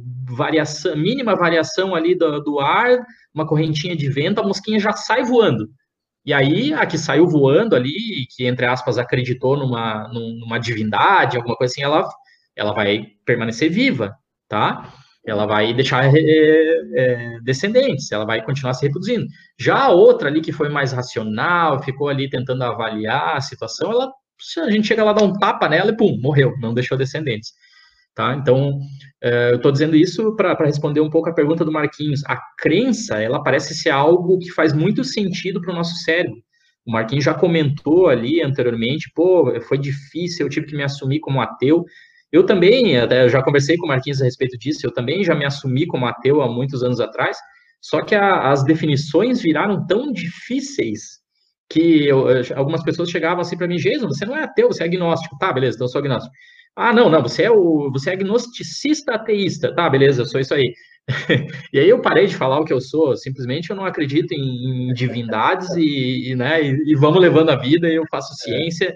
variação ali do ar, uma correntinha de vento, a mosquinha já sai voando. E aí, a que saiu voando ali, que, entre aspas, acreditou numa divindade, alguma coisa assim, ela vai permanecer viva, tá? Ela vai deixar descendentes, ela vai continuar se reproduzindo. Já a outra ali, que foi mais racional, ficou ali tentando avaliar a situação, a gente chega lá, dá um tapa nela e pum, morreu, não deixou descendentes. Tá? Então, eu estou dizendo isso para responder um pouco a pergunta do Marquinhos. A crença, ela parece ser algo que faz muito sentido para o nosso cérebro. O Marquinhos já comentou ali anteriormente, foi difícil, eu tive que me assumir como ateu. Eu também, eu já conversei com o Marquinhos a respeito disso, eu também já me assumi como ateu há muitos anos atrás, só que as definições viraram tão difíceis que algumas pessoas chegavam assim para mim, Jason, você não é ateu, você é agnóstico. Tá, beleza, então eu sou agnóstico. Não, você é agnosticista ateísta. Tá, beleza, eu sou isso aí. E aí eu parei de falar o que eu sou, simplesmente eu não acredito em divindades e vamos levando a vida, eu faço ciência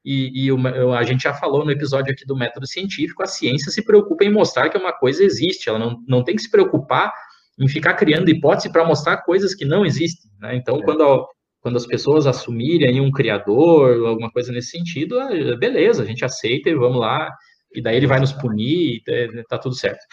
a gente já falou no episódio aqui do método científico, a ciência se preocupa em mostrar que uma coisa existe, ela não tem que se preocupar em ficar criando hipótese para mostrar coisas que não existem, né? Então, quando as pessoas assumirem um criador, alguma coisa nesse sentido, beleza, a gente aceita e vamos lá, e daí ele vai nos punir, e tá tudo certo.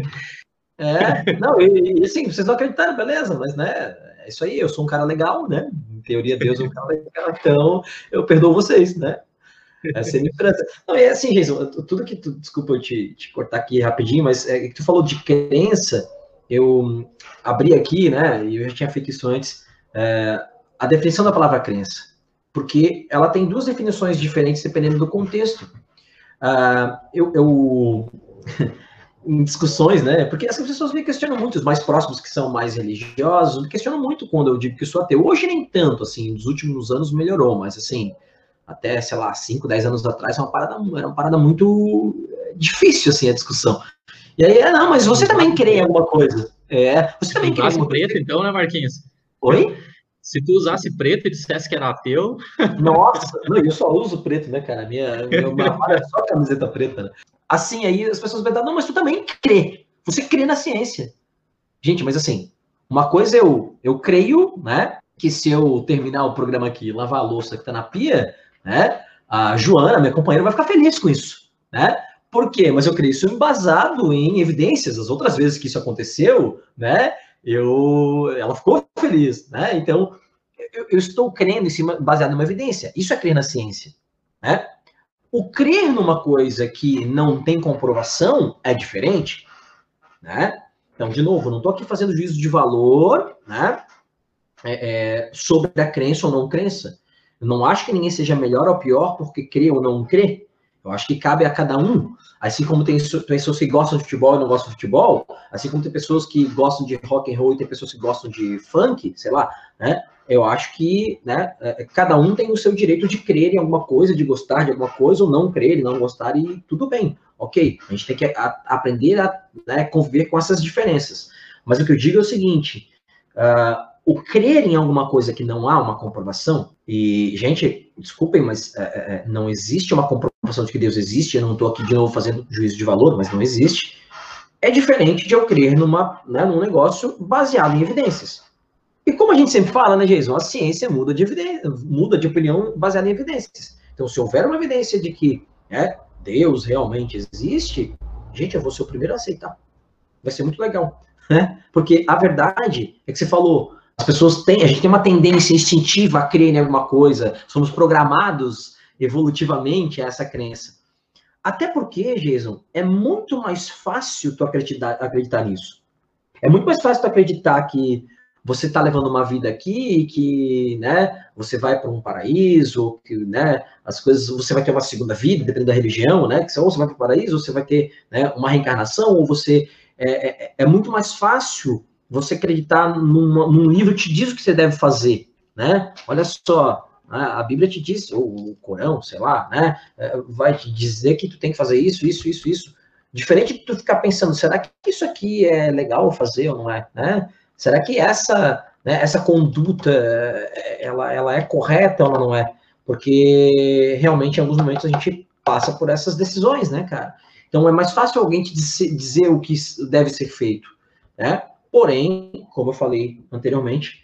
Não, e assim, vocês não acreditaram, beleza, mas né, é isso aí, eu sou um cara legal, né? Em teoria, Deus é um cara legal, então eu perdoo vocês, né? Essa é a minha esperança. Não, é assim, Reison, tudo que tu, desculpa eu te cortar aqui rapidinho, mas que tu falou de crença, eu abri aqui, né, e eu já tinha feito isso antes, a definição da palavra crença, porque ela tem duas definições diferentes dependendo do contexto. Em discussões, né? Porque as pessoas me questionam muito, os mais próximos que são mais religiosos, me questionam muito quando eu digo que sou ateu. Hoje nem tanto, assim, nos últimos anos melhorou, mas assim, até, sei lá, 5, 10 anos atrás, era uma parada muito difícil, assim, a discussão. E aí, não, mas você também crê em alguma coisa. Você também crê em alguma coisa. Preto, então, né, Marquinhos? Oi? Se tu usasse preto e dissesse que era ateu... Nossa, não, eu só uso preto, né, cara? Minha é só camiseta preta, né? Assim, aí as pessoas perguntam, não, mas tu também crê. Você crê na ciência. Gente, mas assim, uma coisa eu creio, né, que se eu terminar o programa aqui, lavar a louça que tá na pia, né, a Joana, minha companheira, vai ficar feliz com isso, né? Por quê? Mas eu creio isso embasado em evidências. As outras vezes que isso aconteceu, né, ela ficou feliz, né? Então, eu estou crendo em cima, baseado numa evidência. Isso é crer na ciência, né? O crer numa coisa que não tem comprovação é diferente, né? Então, de novo, não estou aqui fazendo juízo de valor, né? Sobre a crença ou não crença. Eu não acho que ninguém seja melhor ou pior porque crê ou não crê. Eu acho que cabe a cada um. Assim como tem pessoas que gostam de futebol e não gostam de futebol, assim como tem pessoas que gostam de rock and roll e tem pessoas que gostam de funk, sei lá, né? Eu acho que, né, cada um tem o seu direito de crer em alguma coisa, de gostar de alguma coisa, ou não crer, não gostar, e tudo bem, ok. A gente tem que aprender a, né, conviver com essas diferenças. Mas o que eu digo é o seguinte, o crer em alguma coisa que não há uma comprovação, e, gente, desculpem, mas não existe uma comprovação de que Deus existe, eu não estou aqui de novo fazendo juízo de valor, mas não existe, é diferente de eu crer num negócio baseado em evidências. E como a gente sempre fala, né, Jason, a ciência muda de opinião baseada em evidências. Então, se houver uma evidência de que Deus realmente existe, gente, eu vou ser o primeiro a aceitar. Vai ser muito legal, né? Porque a verdade é que você falou, a gente tem uma tendência instintiva a crer em alguma coisa, somos programados evolutivamente a essa crença. Até porque, Jason, é muito mais fácil tu acreditar nisso. É muito mais fácil tu acreditar que você está levando uma vida aqui, que, né, você vai para um paraíso, que, né, as coisas, você vai ter uma segunda vida, dependendo da religião, né, que ou você vai para o paraíso, ou você vai ter, né, uma reencarnação, ou você é muito mais fácil você acreditar num livro que te diz o que você deve fazer, né? Olha só, a Bíblia te diz, ou o Corão, sei lá, né, vai te dizer que tu tem que fazer isso, isso, isso, isso. Diferente de tu ficar pensando, será que isso aqui é legal fazer ou não é, né? Será que essa conduta, ela é correta ou ela não é? Porque realmente, em alguns momentos, a gente passa por essas decisões, né, cara? Então, é mais fácil alguém te dizer o que deve ser feito, né? Porém, como eu falei anteriormente,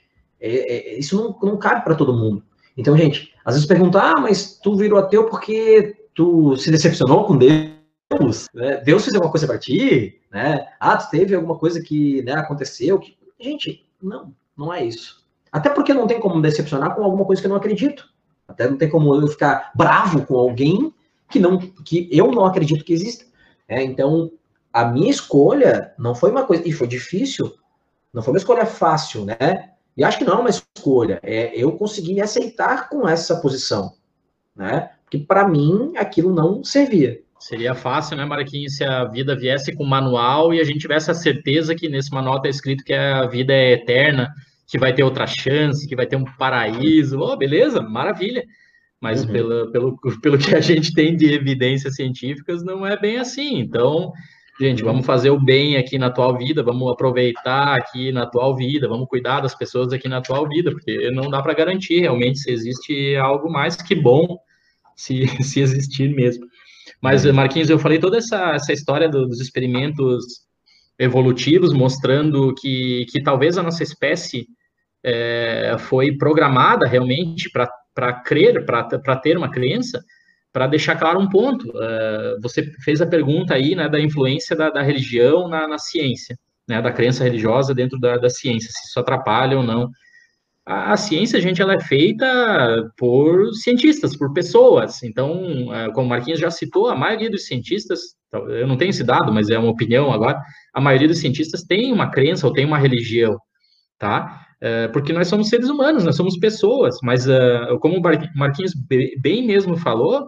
isso não cabe para todo mundo. Então, gente, às vezes perguntam, mas tu virou ateu porque tu se decepcionou com Deus? Né? Deus fez alguma coisa para ti? Né? Tu teve alguma coisa que, né, aconteceu? Gente, não é isso. Até porque não tem como me decepcionar com alguma coisa que eu não acredito. Até não tem como eu ficar bravo com alguém que eu não acredito que exista. Então, a minha escolha não foi uma coisa... E foi difícil. Não foi uma escolha fácil, né? E acho que não é uma escolha. Eu consegui me aceitar com essa posição, né? Porque para mim aquilo não servia. Seria fácil, né, Marquinhos, se a vida viesse com manual e a gente tivesse a certeza que nesse manual está escrito que a vida é eterna, que vai ter outra chance, que vai ter um paraíso. Beleza, maravilha. Mas pelo que a gente tem de evidências científicas, não é bem assim. Então, gente, vamos fazer o bem aqui na atual vida, vamos aproveitar aqui na atual vida, vamos cuidar das pessoas aqui na atual vida, porque não dá para garantir realmente se existe algo mais que bom, se existir mesmo. Mas, Marquinhos, eu falei toda essa história dos experimentos evolutivos, mostrando que talvez a nossa espécie foi programada realmente para crer, para ter uma crença, para deixar claro um ponto. Você fez a pergunta aí, né, da influência da religião na ciência, né, da crença religiosa dentro da ciência, se isso atrapalha ou não. A ciência, gente, ela é feita por cientistas, por pessoas. Então, como o Marquinhos já citou, a maioria dos cientistas, eu não tenho esse dado, mas é uma opinião agora, a maioria dos cientistas tem uma crença ou tem uma religião, tá? Porque nós somos seres humanos, nós somos pessoas, mas como o Marquinhos bem mesmo falou,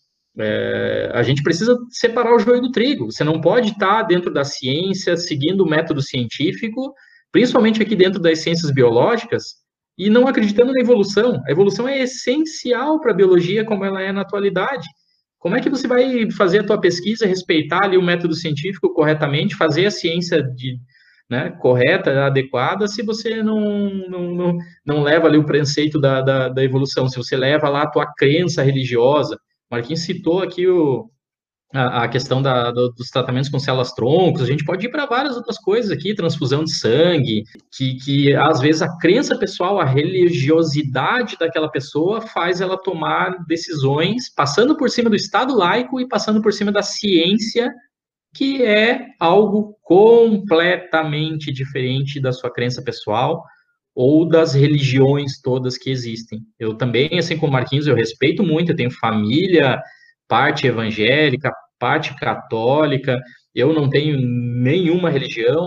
a gente precisa separar o joio do trigo. Você não pode estar dentro da ciência, seguindo o método científico, principalmente aqui dentro das ciências biológicas, e não acreditando na evolução. A evolução é essencial para a biologia como ela é na atualidade. Como é que você vai fazer a tua pesquisa, respeitar ali o método científico corretamente, fazer a ciência correta, adequada, se você não leva ali o preceito da evolução, se você leva lá a tua crença religiosa? Marquinhos citou aqui a questão dos tratamentos com células-troncos, a gente pode ir para várias outras coisas aqui, transfusão de sangue, que às vezes a crença pessoal, a religiosidade daquela pessoa faz ela tomar decisões passando por cima do Estado laico e passando por cima da ciência, que é algo completamente diferente da sua crença pessoal, ou das religiões todas que existem. Eu também, assim como o Marquinhos, eu respeito muito, eu tenho família, parte evangélica, parte católica, eu não tenho nenhuma religião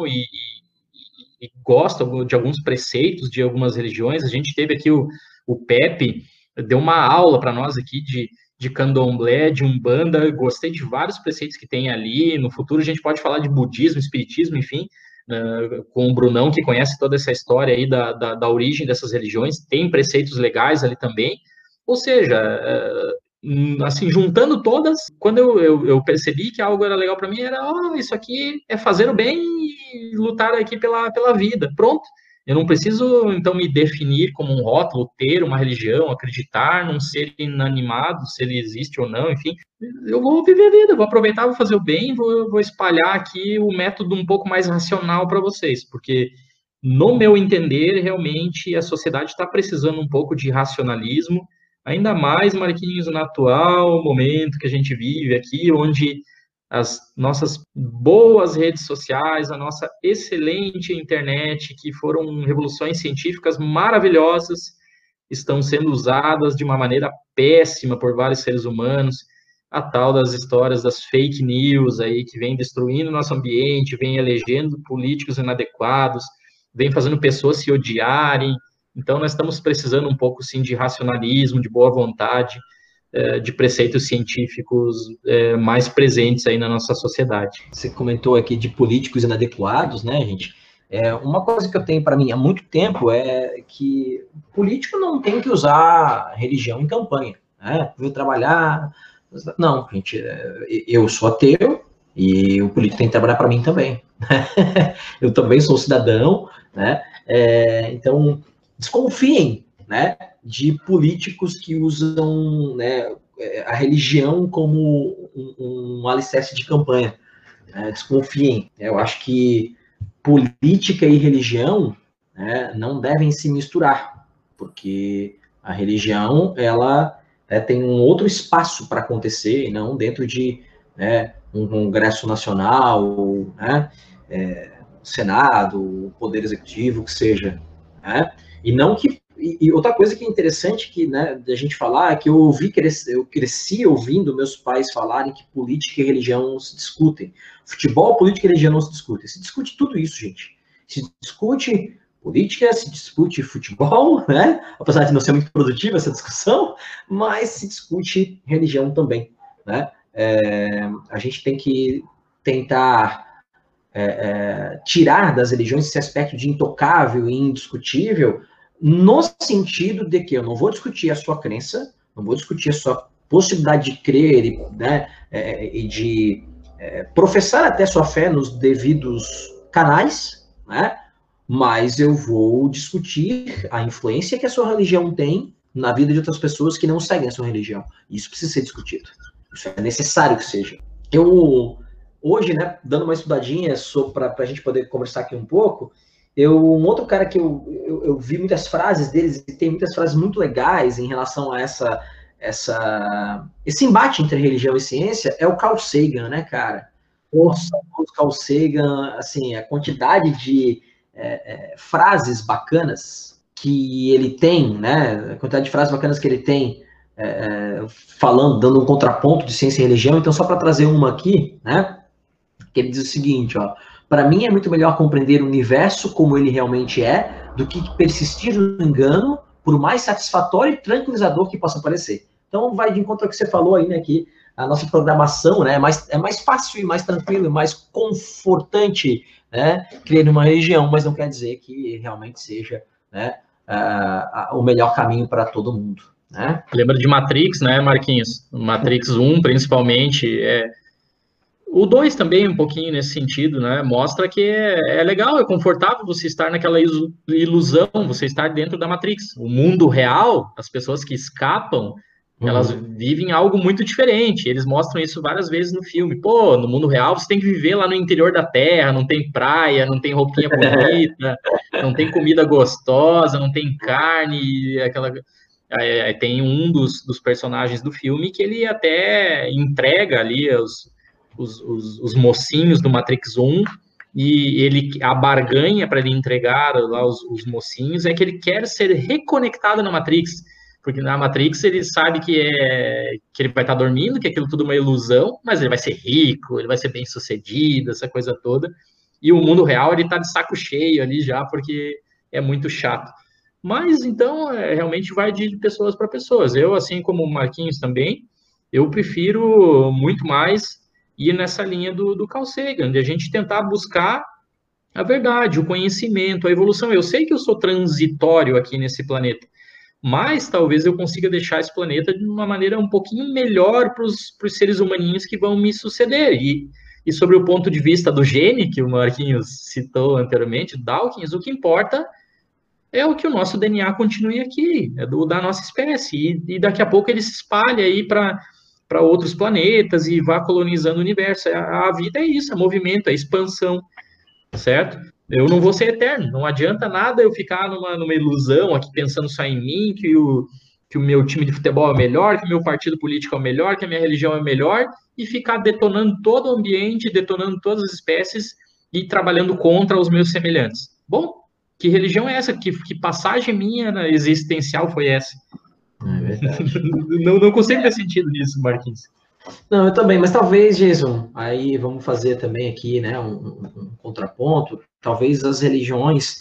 e gosto de alguns preceitos de algumas religiões. A gente teve aqui o Pepe, deu uma aula para nós aqui de candomblé, de umbanda, eu gostei de vários preceitos que tem ali. No futuro a gente pode falar de budismo, espiritismo, enfim, com o Brunão, que conhece toda essa história aí da origem dessas religiões, tem preceitos legais ali também. Ou seja, assim, juntando todas, quando eu percebi que algo era legal para mim, era, isso aqui é fazer o bem e lutar aqui pela vida. Pronto. Eu não preciso, então, me definir como um rótulo, ter uma religião, acreditar num ser inanimado, se ele existe ou não, enfim. Eu vou viver a vida, vou aproveitar, vou fazer o bem, vou espalhar aqui o método um pouco mais racional para vocês, porque, no meu entender, realmente a sociedade está precisando um pouco de racionalismo, ainda mais, Marquinhos, no atual momento que a gente vive aqui, onde as nossas boas redes sociais, a nossa excelente internet, que foram revoluções científicas maravilhosas, estão sendo usadas de uma maneira péssima por vários seres humanos. A tal das histórias das fake news aí, que vem destruindo nosso ambiente, vem elegendo políticos inadequados, vem fazendo pessoas se odiarem. Então, nós estamos precisando um pouco, sim, de racionalismo, de boa vontade, de preceitos científicos mais presentes aí na nossa sociedade. Você comentou aqui de políticos inadequados, né, gente? Uma coisa que eu tenho para mim há muito tempo é que político não tem que usar religião em campanha, né? Veio trabalhar. Não, gente, eu sou ateu e o político tem que trabalhar para mim também. Eu também sou cidadão, né? Então, desconfiem, né, de políticos que usam, né, a religião como um alicerce de campanha. Desconfiem. Eu acho que política e religião, né, não devem se misturar, porque a religião ela tem um outro espaço para acontecer, e não dentro de, né, um Congresso Nacional, né, Senado, o Poder Executivo, que seja. Né? E não que. E outra coisa que é interessante que, né, da gente falar é que eu cresci ouvindo meus pais falarem que política e religião não se discutem. Futebol, política e religião não se discutem. Se discute tudo isso, gente. Se discute política, se discute futebol, né? Apesar de não ser muito produtiva essa discussão, mas se discute religião também, né? A gente tem que tentar tirar das religiões esse aspecto de intocável e indiscutível, no sentido de que eu não vou discutir a sua crença, não vou discutir a sua possibilidade de crer, né, e de professar até sua fé nos devidos canais, né, mas eu vou discutir a influência que a sua religião tem na vida de outras pessoas que não seguem a sua religião. Isso precisa ser discutido. Isso é necessário que seja. Hoje, né, dando uma estudadinha para a gente poder conversar aqui um pouco, um outro cara que eu vi muitas frases deles, e tem muitas frases muito legais em relação a esse embate entre religião e ciência, é o Carl Sagan, né, cara? Nossa, o Carl Sagan, assim, a quantidade de frases bacanas que ele tem, né, a quantidade de frases bacanas que ele tem, falando, dando um contraponto de ciência e religião. Então, só para trazer uma aqui, né, que ele diz o seguinte, ó: para mim é muito melhor compreender o universo como ele realmente é, do que persistir no engano, por mais satisfatório e tranquilizador que possa parecer. Então, vai de encontro ao que você falou aí, né, que a nossa programação, né, é mais fácil e mais tranquilo, mais confortante, né, crer numa religião, mas não quer dizer que realmente seja, né, o melhor caminho para todo mundo, né? Lembra de Matrix, né, Marquinhos? Matrix 1, principalmente, o 2 também, um pouquinho nesse sentido, né? Mostra que é legal, é confortável você estar naquela ilusão, você estar dentro da Matrix. O mundo real, as pessoas que escapam, elas vivem algo muito diferente. Eles mostram isso várias vezes no filme. Pô, no mundo real você tem que viver lá no interior da terra, não tem praia, não tem roupinha bonita, não tem comida gostosa, não tem carne, aquela. Tem um dos personagens do filme que ele até entrega ali os mocinhos do Matrix 1 e a barganha para ele entregar lá os mocinhos é que ele quer ser reconectado na Matrix, porque na Matrix ele sabe que ele vai estar dormindo, que aquilo tudo é uma ilusão, mas ele vai ser rico, ele vai ser bem sucedido, essa coisa toda, e o mundo real ele está de saco cheio ali já, porque é muito chato. Mas, então, realmente vai de pessoas para pessoas. Eu, assim como o Marquinhos também, eu prefiro muito mais ir nessa linha do Carl Sagan, de a gente tentar buscar a verdade, o conhecimento, a evolução. Eu sei que eu sou transitório aqui nesse planeta, mas talvez eu consiga deixar esse planeta de uma maneira um pouquinho melhor para os seres humaninhos que vão me suceder. E sobre o ponto de vista do gene, que o Marquinhos citou anteriormente, Dawkins, o que importa é o que o nosso DNA continue aqui, da nossa espécie, e daqui a pouco ele se espalha aí para outros planetas e vá colonizando o universo. A vida é isso, é movimento, é expansão, certo? Eu não vou ser eterno, não adianta nada eu ficar numa ilusão aqui pensando só em mim, que o meu time de futebol é melhor, que o meu partido político é o melhor, que a minha religião é melhor, e ficar detonando todo o ambiente, detonando todas as espécies e trabalhando contra os meus semelhantes. Bom, que religião é essa? Que passagem minha existencial foi essa? É verdade. Não consigo ver sentido nisso, Marquinhos. Não, eu também, mas talvez, Jason, aí vamos fazer também aqui, né, um contraponto. Talvez as religiões,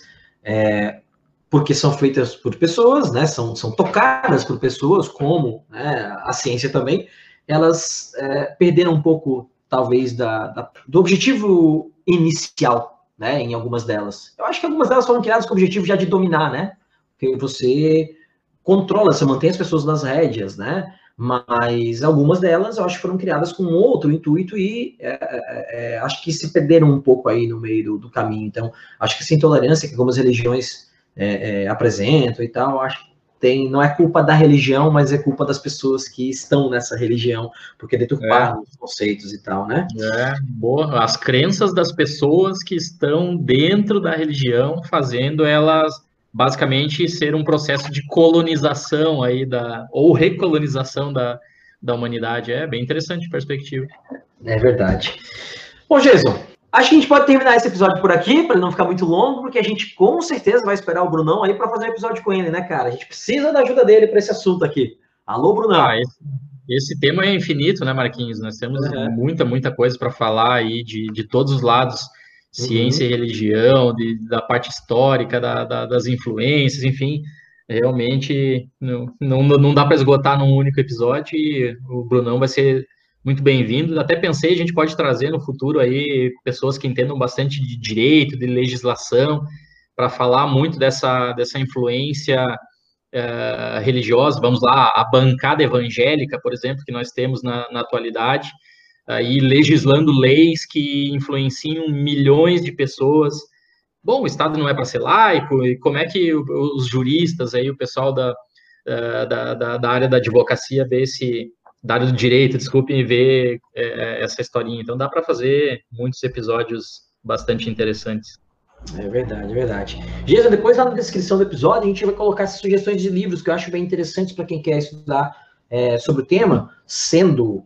porque são feitas por pessoas, né, são tocadas por pessoas, como, né, a ciência também, elas perderam um pouco, talvez, do objetivo inicial, né, em algumas delas. Eu acho que algumas delas foram criadas com o objetivo já de dominar, né, porque você controla, você mantém as pessoas nas rédeas, né, mas algumas delas eu acho que foram criadas com outro intuito e acho que se perderam um pouco aí no meio do caminho. Então, acho que essa intolerância que algumas religiões apresentam e tal, acho que não é culpa da religião, mas é culpa das pessoas que estão nessa religião, porque deturparam os conceitos e tal, né? Boa. As crenças das pessoas que estão dentro da religião, fazendo elas basicamente ser um processo de colonização aí ou recolonização da humanidade. É bem interessante a perspectiva. É verdade. Bom, Jason, acho que a gente pode terminar esse episódio por aqui, para não ficar muito longo, porque a gente com certeza vai esperar o Brunão aí para fazer um episódio com ele, né, cara? A gente precisa da ajuda dele para esse assunto aqui. Alô, Brunão. Esse tema é infinito, né, Marquinhos? Nós temos muita coisa para falar aí de todos os lados, ciência e religião, da parte histórica, das influências, enfim, realmente não dá para esgotar num único episódio e o Brunão vai ser muito bem-vindo. Até pensei, a gente pode trazer no futuro aí pessoas que entendam bastante de direito, de legislação, para falar muito dessa influência religiosa, vamos lá, a bancada evangélica, por exemplo, que nós temos na atualidade, aí legislando leis que influenciam milhões de pessoas. Bom, o Estado não é para ser laico, e como é que os juristas, aí, o pessoal da área da advocacia da área do direito, desculpem, ver essa historinha. Então dá para fazer muitos episódios bastante interessantes. É verdade, é verdade. Jason, depois lá na descrição do episódio a gente vai colocar essas sugestões de livros que eu acho bem interessantes para quem quer estudar sobre o tema, sendo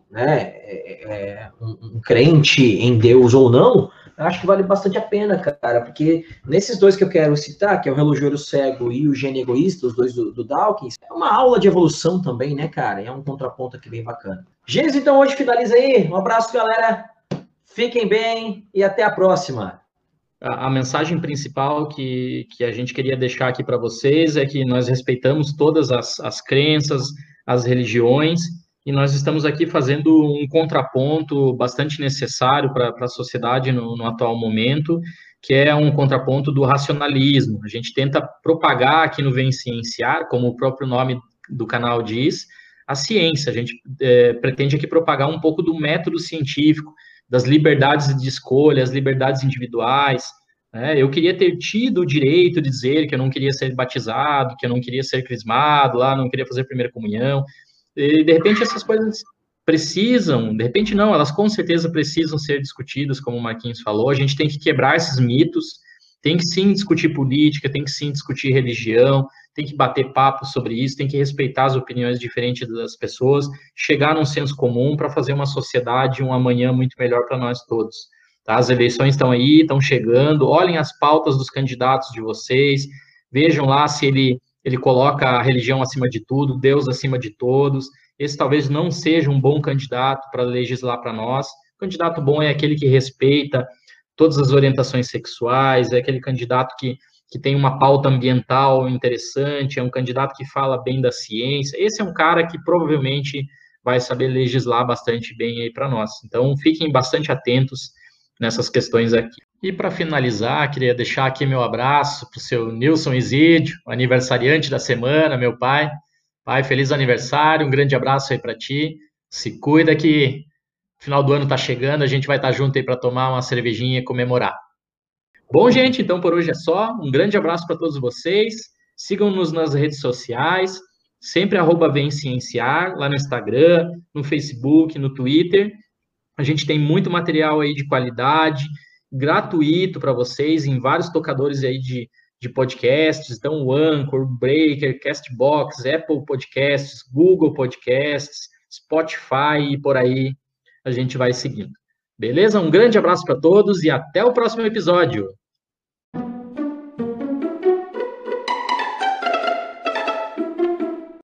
um crente em Deus ou não. Eu acho que vale bastante a pena, cara, porque nesses dois que eu quero citar, que é o Relojoeiro Cego e o Gênio Egoísta, os dois do Dawkins, é uma aula de evolução também, né, cara? É um contraponto aqui bem bacana. Jason, então hoje finaliza aí. Um abraço, galera. Fiquem bem e até a próxima. A mensagem principal que a gente queria deixar aqui para vocês é que nós respeitamos todas as crenças, as religiões, e nós estamos aqui fazendo um contraponto bastante necessário para a sociedade no atual momento, que é um contraponto do racionalismo. A gente tenta propagar aqui no Vem Cienciar, como o próprio nome do canal diz, a ciência. A gente pretende aqui propagar um pouco do método científico, das liberdades de escolha, as liberdades individuais. Eu queria ter tido o direito de dizer que eu não queria ser batizado, que eu não queria ser crismado, não queria fazer primeira comunhão. E, de repente, essas coisas precisam, de repente não, elas com certeza precisam ser discutidas, como o Marquinhos falou. A gente tem que quebrar esses mitos, tem que sim discutir política, tem que sim discutir religião, tem que bater papo sobre isso, tem que respeitar as opiniões diferentes das pessoas, chegar num senso comum para fazer uma sociedade, um amanhã muito melhor para nós todos. Tá? As eleições estão aí, estão chegando, olhem as pautas dos candidatos de vocês, vejam lá se ele coloca a religião acima de tudo, Deus acima de todos. Esse talvez não seja um bom candidato para legislar para nós. O candidato bom é aquele que respeita todas as orientações sexuais, é aquele candidato que tem uma pauta ambiental interessante, é um candidato que fala bem da ciência. Esse é um cara que provavelmente vai saber legislar bastante bem aí para nós. Então, fiquem bastante atentos nessas questões aqui. E para finalizar, queria deixar aqui meu abraço para o seu Nilson Isidio, aniversariante da semana, meu pai. Pai, feliz aniversário, um grande abraço aí para ti. Se cuida que final do ano está chegando, a gente vai estar junto aí para tomar uma cervejinha e comemorar. Bom, gente, então por hoje é só. Um grande abraço para todos vocês. Sigam-nos nas redes sociais, sempre @VemCienciar, lá no Instagram, no Facebook, no Twitter. A gente tem muito material aí de qualidade, gratuito para vocês, em vários tocadores aí de podcasts, então o Anchor, Breaker, Castbox, Apple Podcasts, Google Podcasts, Spotify e por aí a gente vai seguindo. Beleza? Um grande abraço para todos e até o próximo episódio.